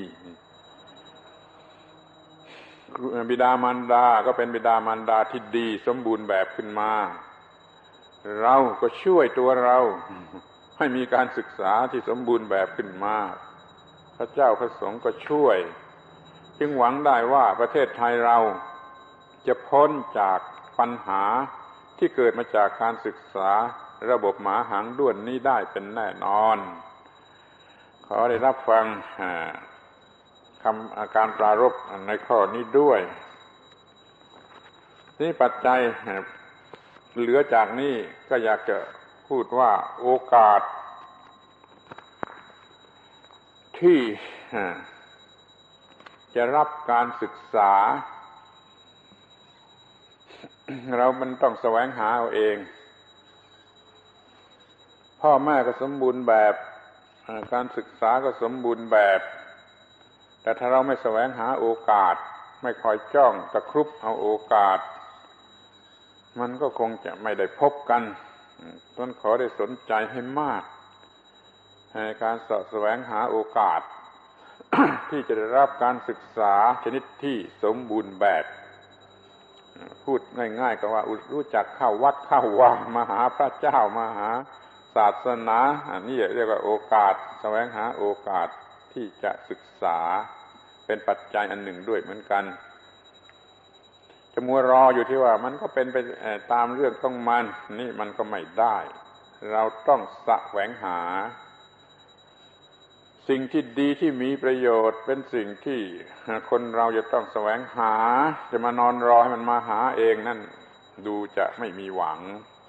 บิดามารดาก็เป็นบิดามารดาที่ดีสมบูรณ์แบบขึ้นมาเราก็ช่วยตัวเราให้มีการศึกษาที่สมบูรณ์แบบขึ้นมาพระเจ้าพระสงฆ์ก็ช่วยจึงหวังได้ว่าประเทศไทยเราจะพ้นจากปัญหาที่เกิดมาจากการศึกษาระบบหมาหางด้วนนี้ได้เป็นแน่นอนขอได้รับฟังคำการปรารภในข้อนี้ด้วยนี่ปัจจัยเหลือจากนี้ก็อยากจะพูดว่าโอกาสที่จะรับการศึกษาเรามันต้องแสวงหาเอาเองพ่อแม่ก็สมบูรณ์แบบการศึกษาก็สมบูรณ์แบบแต่ถ้าเราไม่แสวงหาโอกาสไม่คอยจ้องตะครุบเอาโอกาสมันก็คงจะไม่ได้พบกันต้องขอได้สนใจให้มากในการแสวงหาโอกาส ที่จะได้รับการศึกษาชนิดที่สมบูรณ์แบบพูดง่ายๆก็ว่ารู้จักเข้าวัดเข้าวามาหาพระเจ้ามาหาศาสนาอันนี้เรียกว่าโอกาสแสวงหาโอกาสที่จะศึกษาเป็นปัจจัยอันหนึ่งด้วยเหมือนกันจะมัวรออยู่ที่ว่ามันก็เป็นไปตามเรื่องของมันนี่มันก็ไม่ได้เราต้องแสวงหาสิ่งที่ดีที่มีประโยชน์เป็นสิ่งที่คนเราจะต้องแสวงหาจะมานอนรอให้มันมาหาเองนั่นดูจะไม่มีหวัง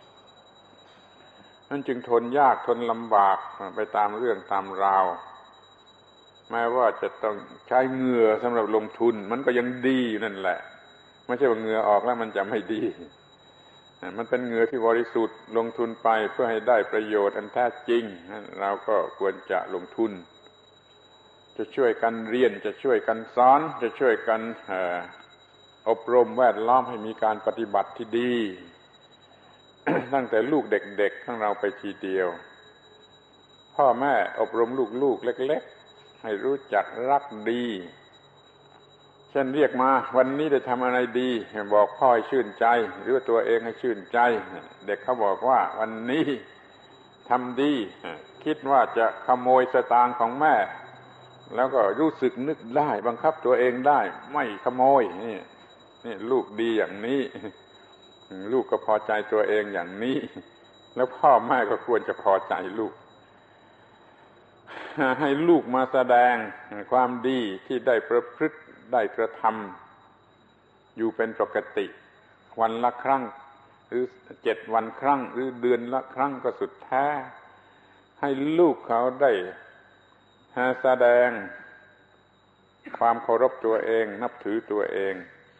นั่นจึงทนยากทนลำบากไปตามเรื่องตามราวแม้ว่าจะต้องใช้เหงื่อสำหรับลงทุนมันก็ยังดีอยู่นั่นแหละไม่ใช่ว่าเหงื่อออกแล้วมันจะไม่ดีมันเป็นเหงื่อที่บริสุทธิ์ลงทุนไปเพื่อให้ได้ประโยชน์อันแท้จริงเราก็ควรจะลงทุนจะช่วยกันเรียนจะช่วยกันสอนจะช่วยกันอบรมแวดล้อมให้มีการปฏิบัติที่ดี ตั้งแต่ลูกเด็กๆของเราไปทีเดียวพ่อแม่อบรมลูกๆเล็กๆให้รู้จักรักดีเช่นเรียกมาวันนี้ได้ทำอะไรดีบอกพ่อให้ชื่นใจหรือว่าตัวเองให้ชื่นใจเด็กเขาบอกว่าวันนี้ทำดีคิดว่าจะขโมยสตางค์ของแม่แล้วก็รู้สึกนึกได้บังคับตัวเองได้ไม่ขโมยนี่ลูกดีอย่างนี้ลูกก็พอใจตัวเองอย่างนี้แล้วพ่อแม่ก็ควรจะพอใจลูกให้ลูกมาแสดงความดีที่ได้ประพฤติได้กระทำอยู่เป็นปกติวันละครั้งหรือ7 วันครั้งหรือเดือนละครั้งก็สุดแท้ให้ลูกเขาได้แสดงความเคารพตัวเองนับถือตัวเอง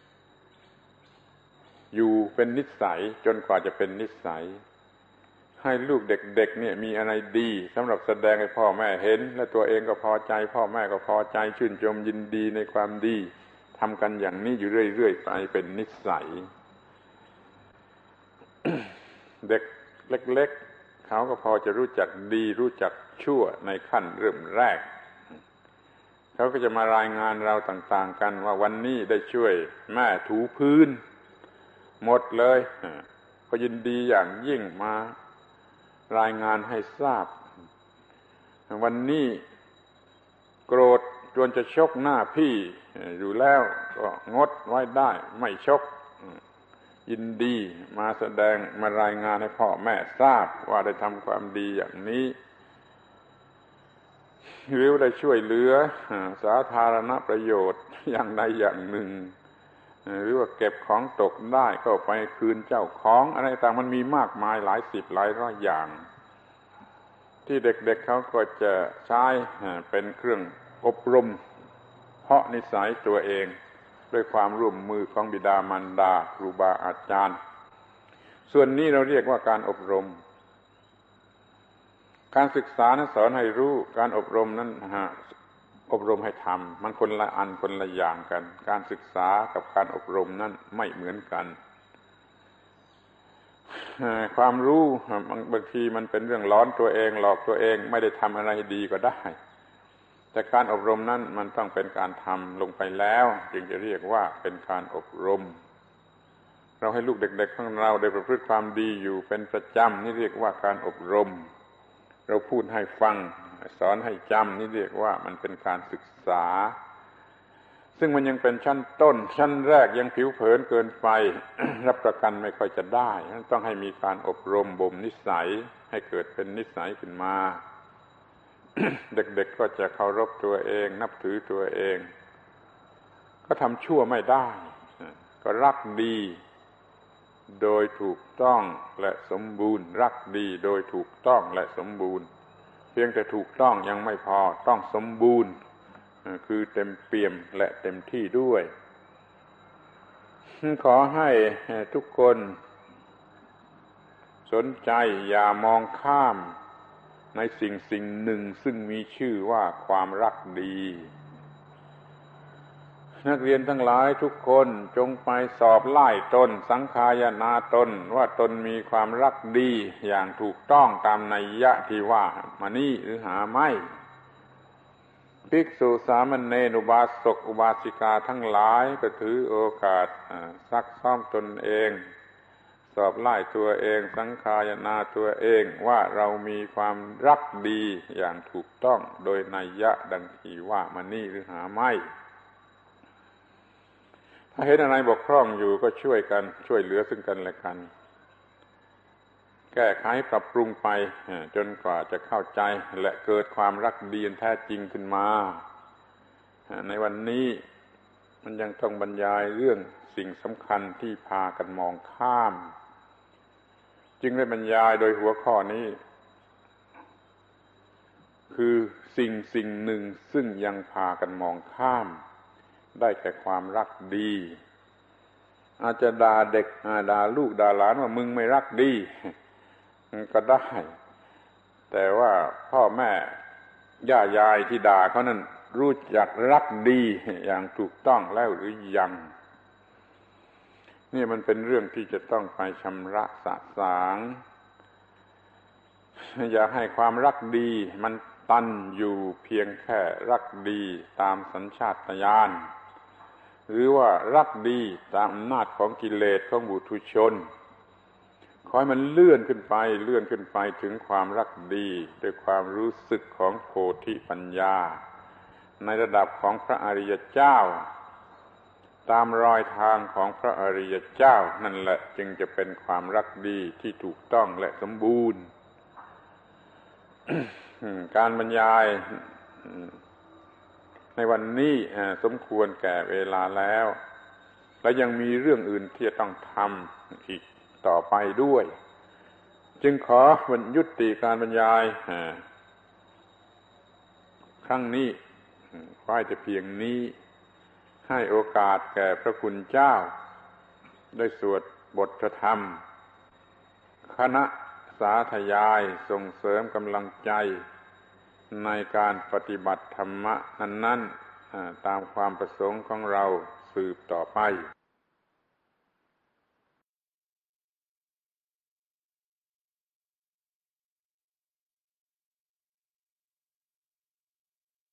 อยู่เป็นนิสัยจนกว่าจะเป็นนิสัยให้ลูกเด็กๆเนี่ยมีอะไรดีสำหรับแสดงให้พ่อแม่เห็นและตัวเองก็พอใจพ่อแม่ก็พอใจชื่นชมยินดีในความดีทำกันอย่างนี้อยู่เรื่อยๆไปเป็นนิสัย เด็กเล็กๆเขาก็พอจะรู้จักดีรู้จักชั่วในขั้นเริ่มแรกเขาก็จะมารายงานเราต่างๆกันว่าวันนี้ได้ช่วยแม่ถูพื้นหมดเลยก็ยินดีอย่างยิ่งมารายงานให้ทราบวันนี้โกรธจนจะชกหน้าพี่อยู่แล้วก็งดไว้ได้ไม่ชกยินดีมาแสดงมารายงานให้พ่อแม่ทราบว่าได้ทำความดีอย่างนี้หรือได้ช่วยเหลือสาธารณประโยชน์อย่างใดอย่างหนึ่งหรือว่าเก็บของตกได้ก็ไปคืนเจ้าของอะไรต่างมันมีมากมายหลายสิบหลายร้อยอย่างที่เด็กๆเขาก็จะใช้เป็นเครื่องอบรมเพาะนิสัยตัวเองด้วยความร่วมมือของบิดามารดาครูบาอาจารย์ส่วนนี้เราเรียกว่าการอบรมการศึกษานั้นสอนให้รู้การอบรมนั้นอบรมให้ทำมันคนละอันคนละอย่างกันการศึกษากับการอบรมนั้นไม่เหมือนกันความรู้บางทีมันเป็นเรื่องล้อนตัวเองหลอกตัวเองไม่ได้ทำอะไรดีก็ได้แต่การอบรมนั้นมันต้องเป็นการทำลงไปแล้วจึงจะเรียกว่าเป็นการอบรมเราให้ลูกเด็กๆของเราได้ประพฤติความดีอยู่เป็นประจำนี่เรียกว่าการอบรมเราพูดให้ฟังสอนให้จำนี่เรียกว่ามันเป็นการศึกษาซึ่งมันยังเป็นชั้นต้นชั้นแรกยังผิวเผินเกินไป รับประกันไม่ค่อยจะได้ต้องให้มีการอบรมบ่มนิสัยให้เกิดเป็นนิสัยขึ้นมา เด็กๆก็จะเคารพตัวเองนับถือตัวเองก็ทำชั่วไม่ได้ก็รักดีโดยถูกต้องและสมบูรณ์รักดีโดยถูกต้องและสมบูรณ์เพียงแต่ถูกต้องยังไม่พอต้องสมบูรณ์คือเต็มเปี่ยมและเต็มที่ด้วยขอให้ทุกคนสนใจอย่ามองข้ามในสิ่งหนึ่งซึ่งมีชื่อว่าความรักดีนักเรียนทั้งหลายทุกคนจงไปสอบไล่ตนสังคายนาตนว่าตนมีความรักดีอย่างถูกต้องตามนัยยะที่ว่ามานี่หรือหาไม่ภิกษุสามเณรอุบาสกอุบาสิกาทั้งหลายก็ถือโอกาสซักซ้อมตนเองสอบไล่ตัวเองสังคายนาตัวเองว่าเรามีความรักดีอย่างถูกต้องโดยนัยยะดังที่ว่ามานี่หรือหาไม่ถ้าเห็นอะไรบกพร่องอยู่ก็ช่วยกันช่วยเหลือซึ่งกันและกันแก้ไขปรับปรุงไปจนกว่าจะเข้าใจและเกิดความรักดีแท้จริงขึ้นมาในวันนี้มันยังต้องบรรยายเรื่องสิ่งสำคัญที่พากันมองข้ามจึงได้บรรยายโดยหัวข้อนี้คือสิ่งหนึ่งซึ่งยังพากันมองข้ามได้แก่ความรักดีอาจจะด่าเด็กด่าลูกด่าหลานว่ามึงไม่รักดีก็ได้แต่ว่าพ่อแม่ย่ายายที่ด่าเขานั้นรู้จักรักดีอย่างถูกต้องแล้วหรือยังนี่มันเป็นเรื่องที่จะต้องไปชำระสะสางอย่าให้ความรักดีมันตันอยู่เพียงแค่รักดีตามสัญชาตญาณหรือว่ารักดีตามอำนาจของกิเลสของบุถุชนขอให้มันเลื่อนขึ้นไปถึงความรักดีด้วยความรู้สึกของโพธิปัญญาในระดับของพระอริยเจ้าตามรอยทางของพระอริยเจ้านั่นแหละจึงจะเป็นความรักดีที่ถูกต้องและสมบูรณ์ การบรรยายในวันนี้สมควรแก่เวลาแล้วและยังมีเรื่องอื่นที่จะต้องทำอีกต่อไปด้วยจึงขอยุติการบรรยายครั้งนี้ไว้แต่เพียงนี้ให้โอกาสแก่พระคุณเจ้าได้สวดบทธรรมคณะสาธยายส่งเสริมกำลังใจในการปฏิบัติธรรมะนั้นๆตามความประสงค์ของเราสืบต่อไป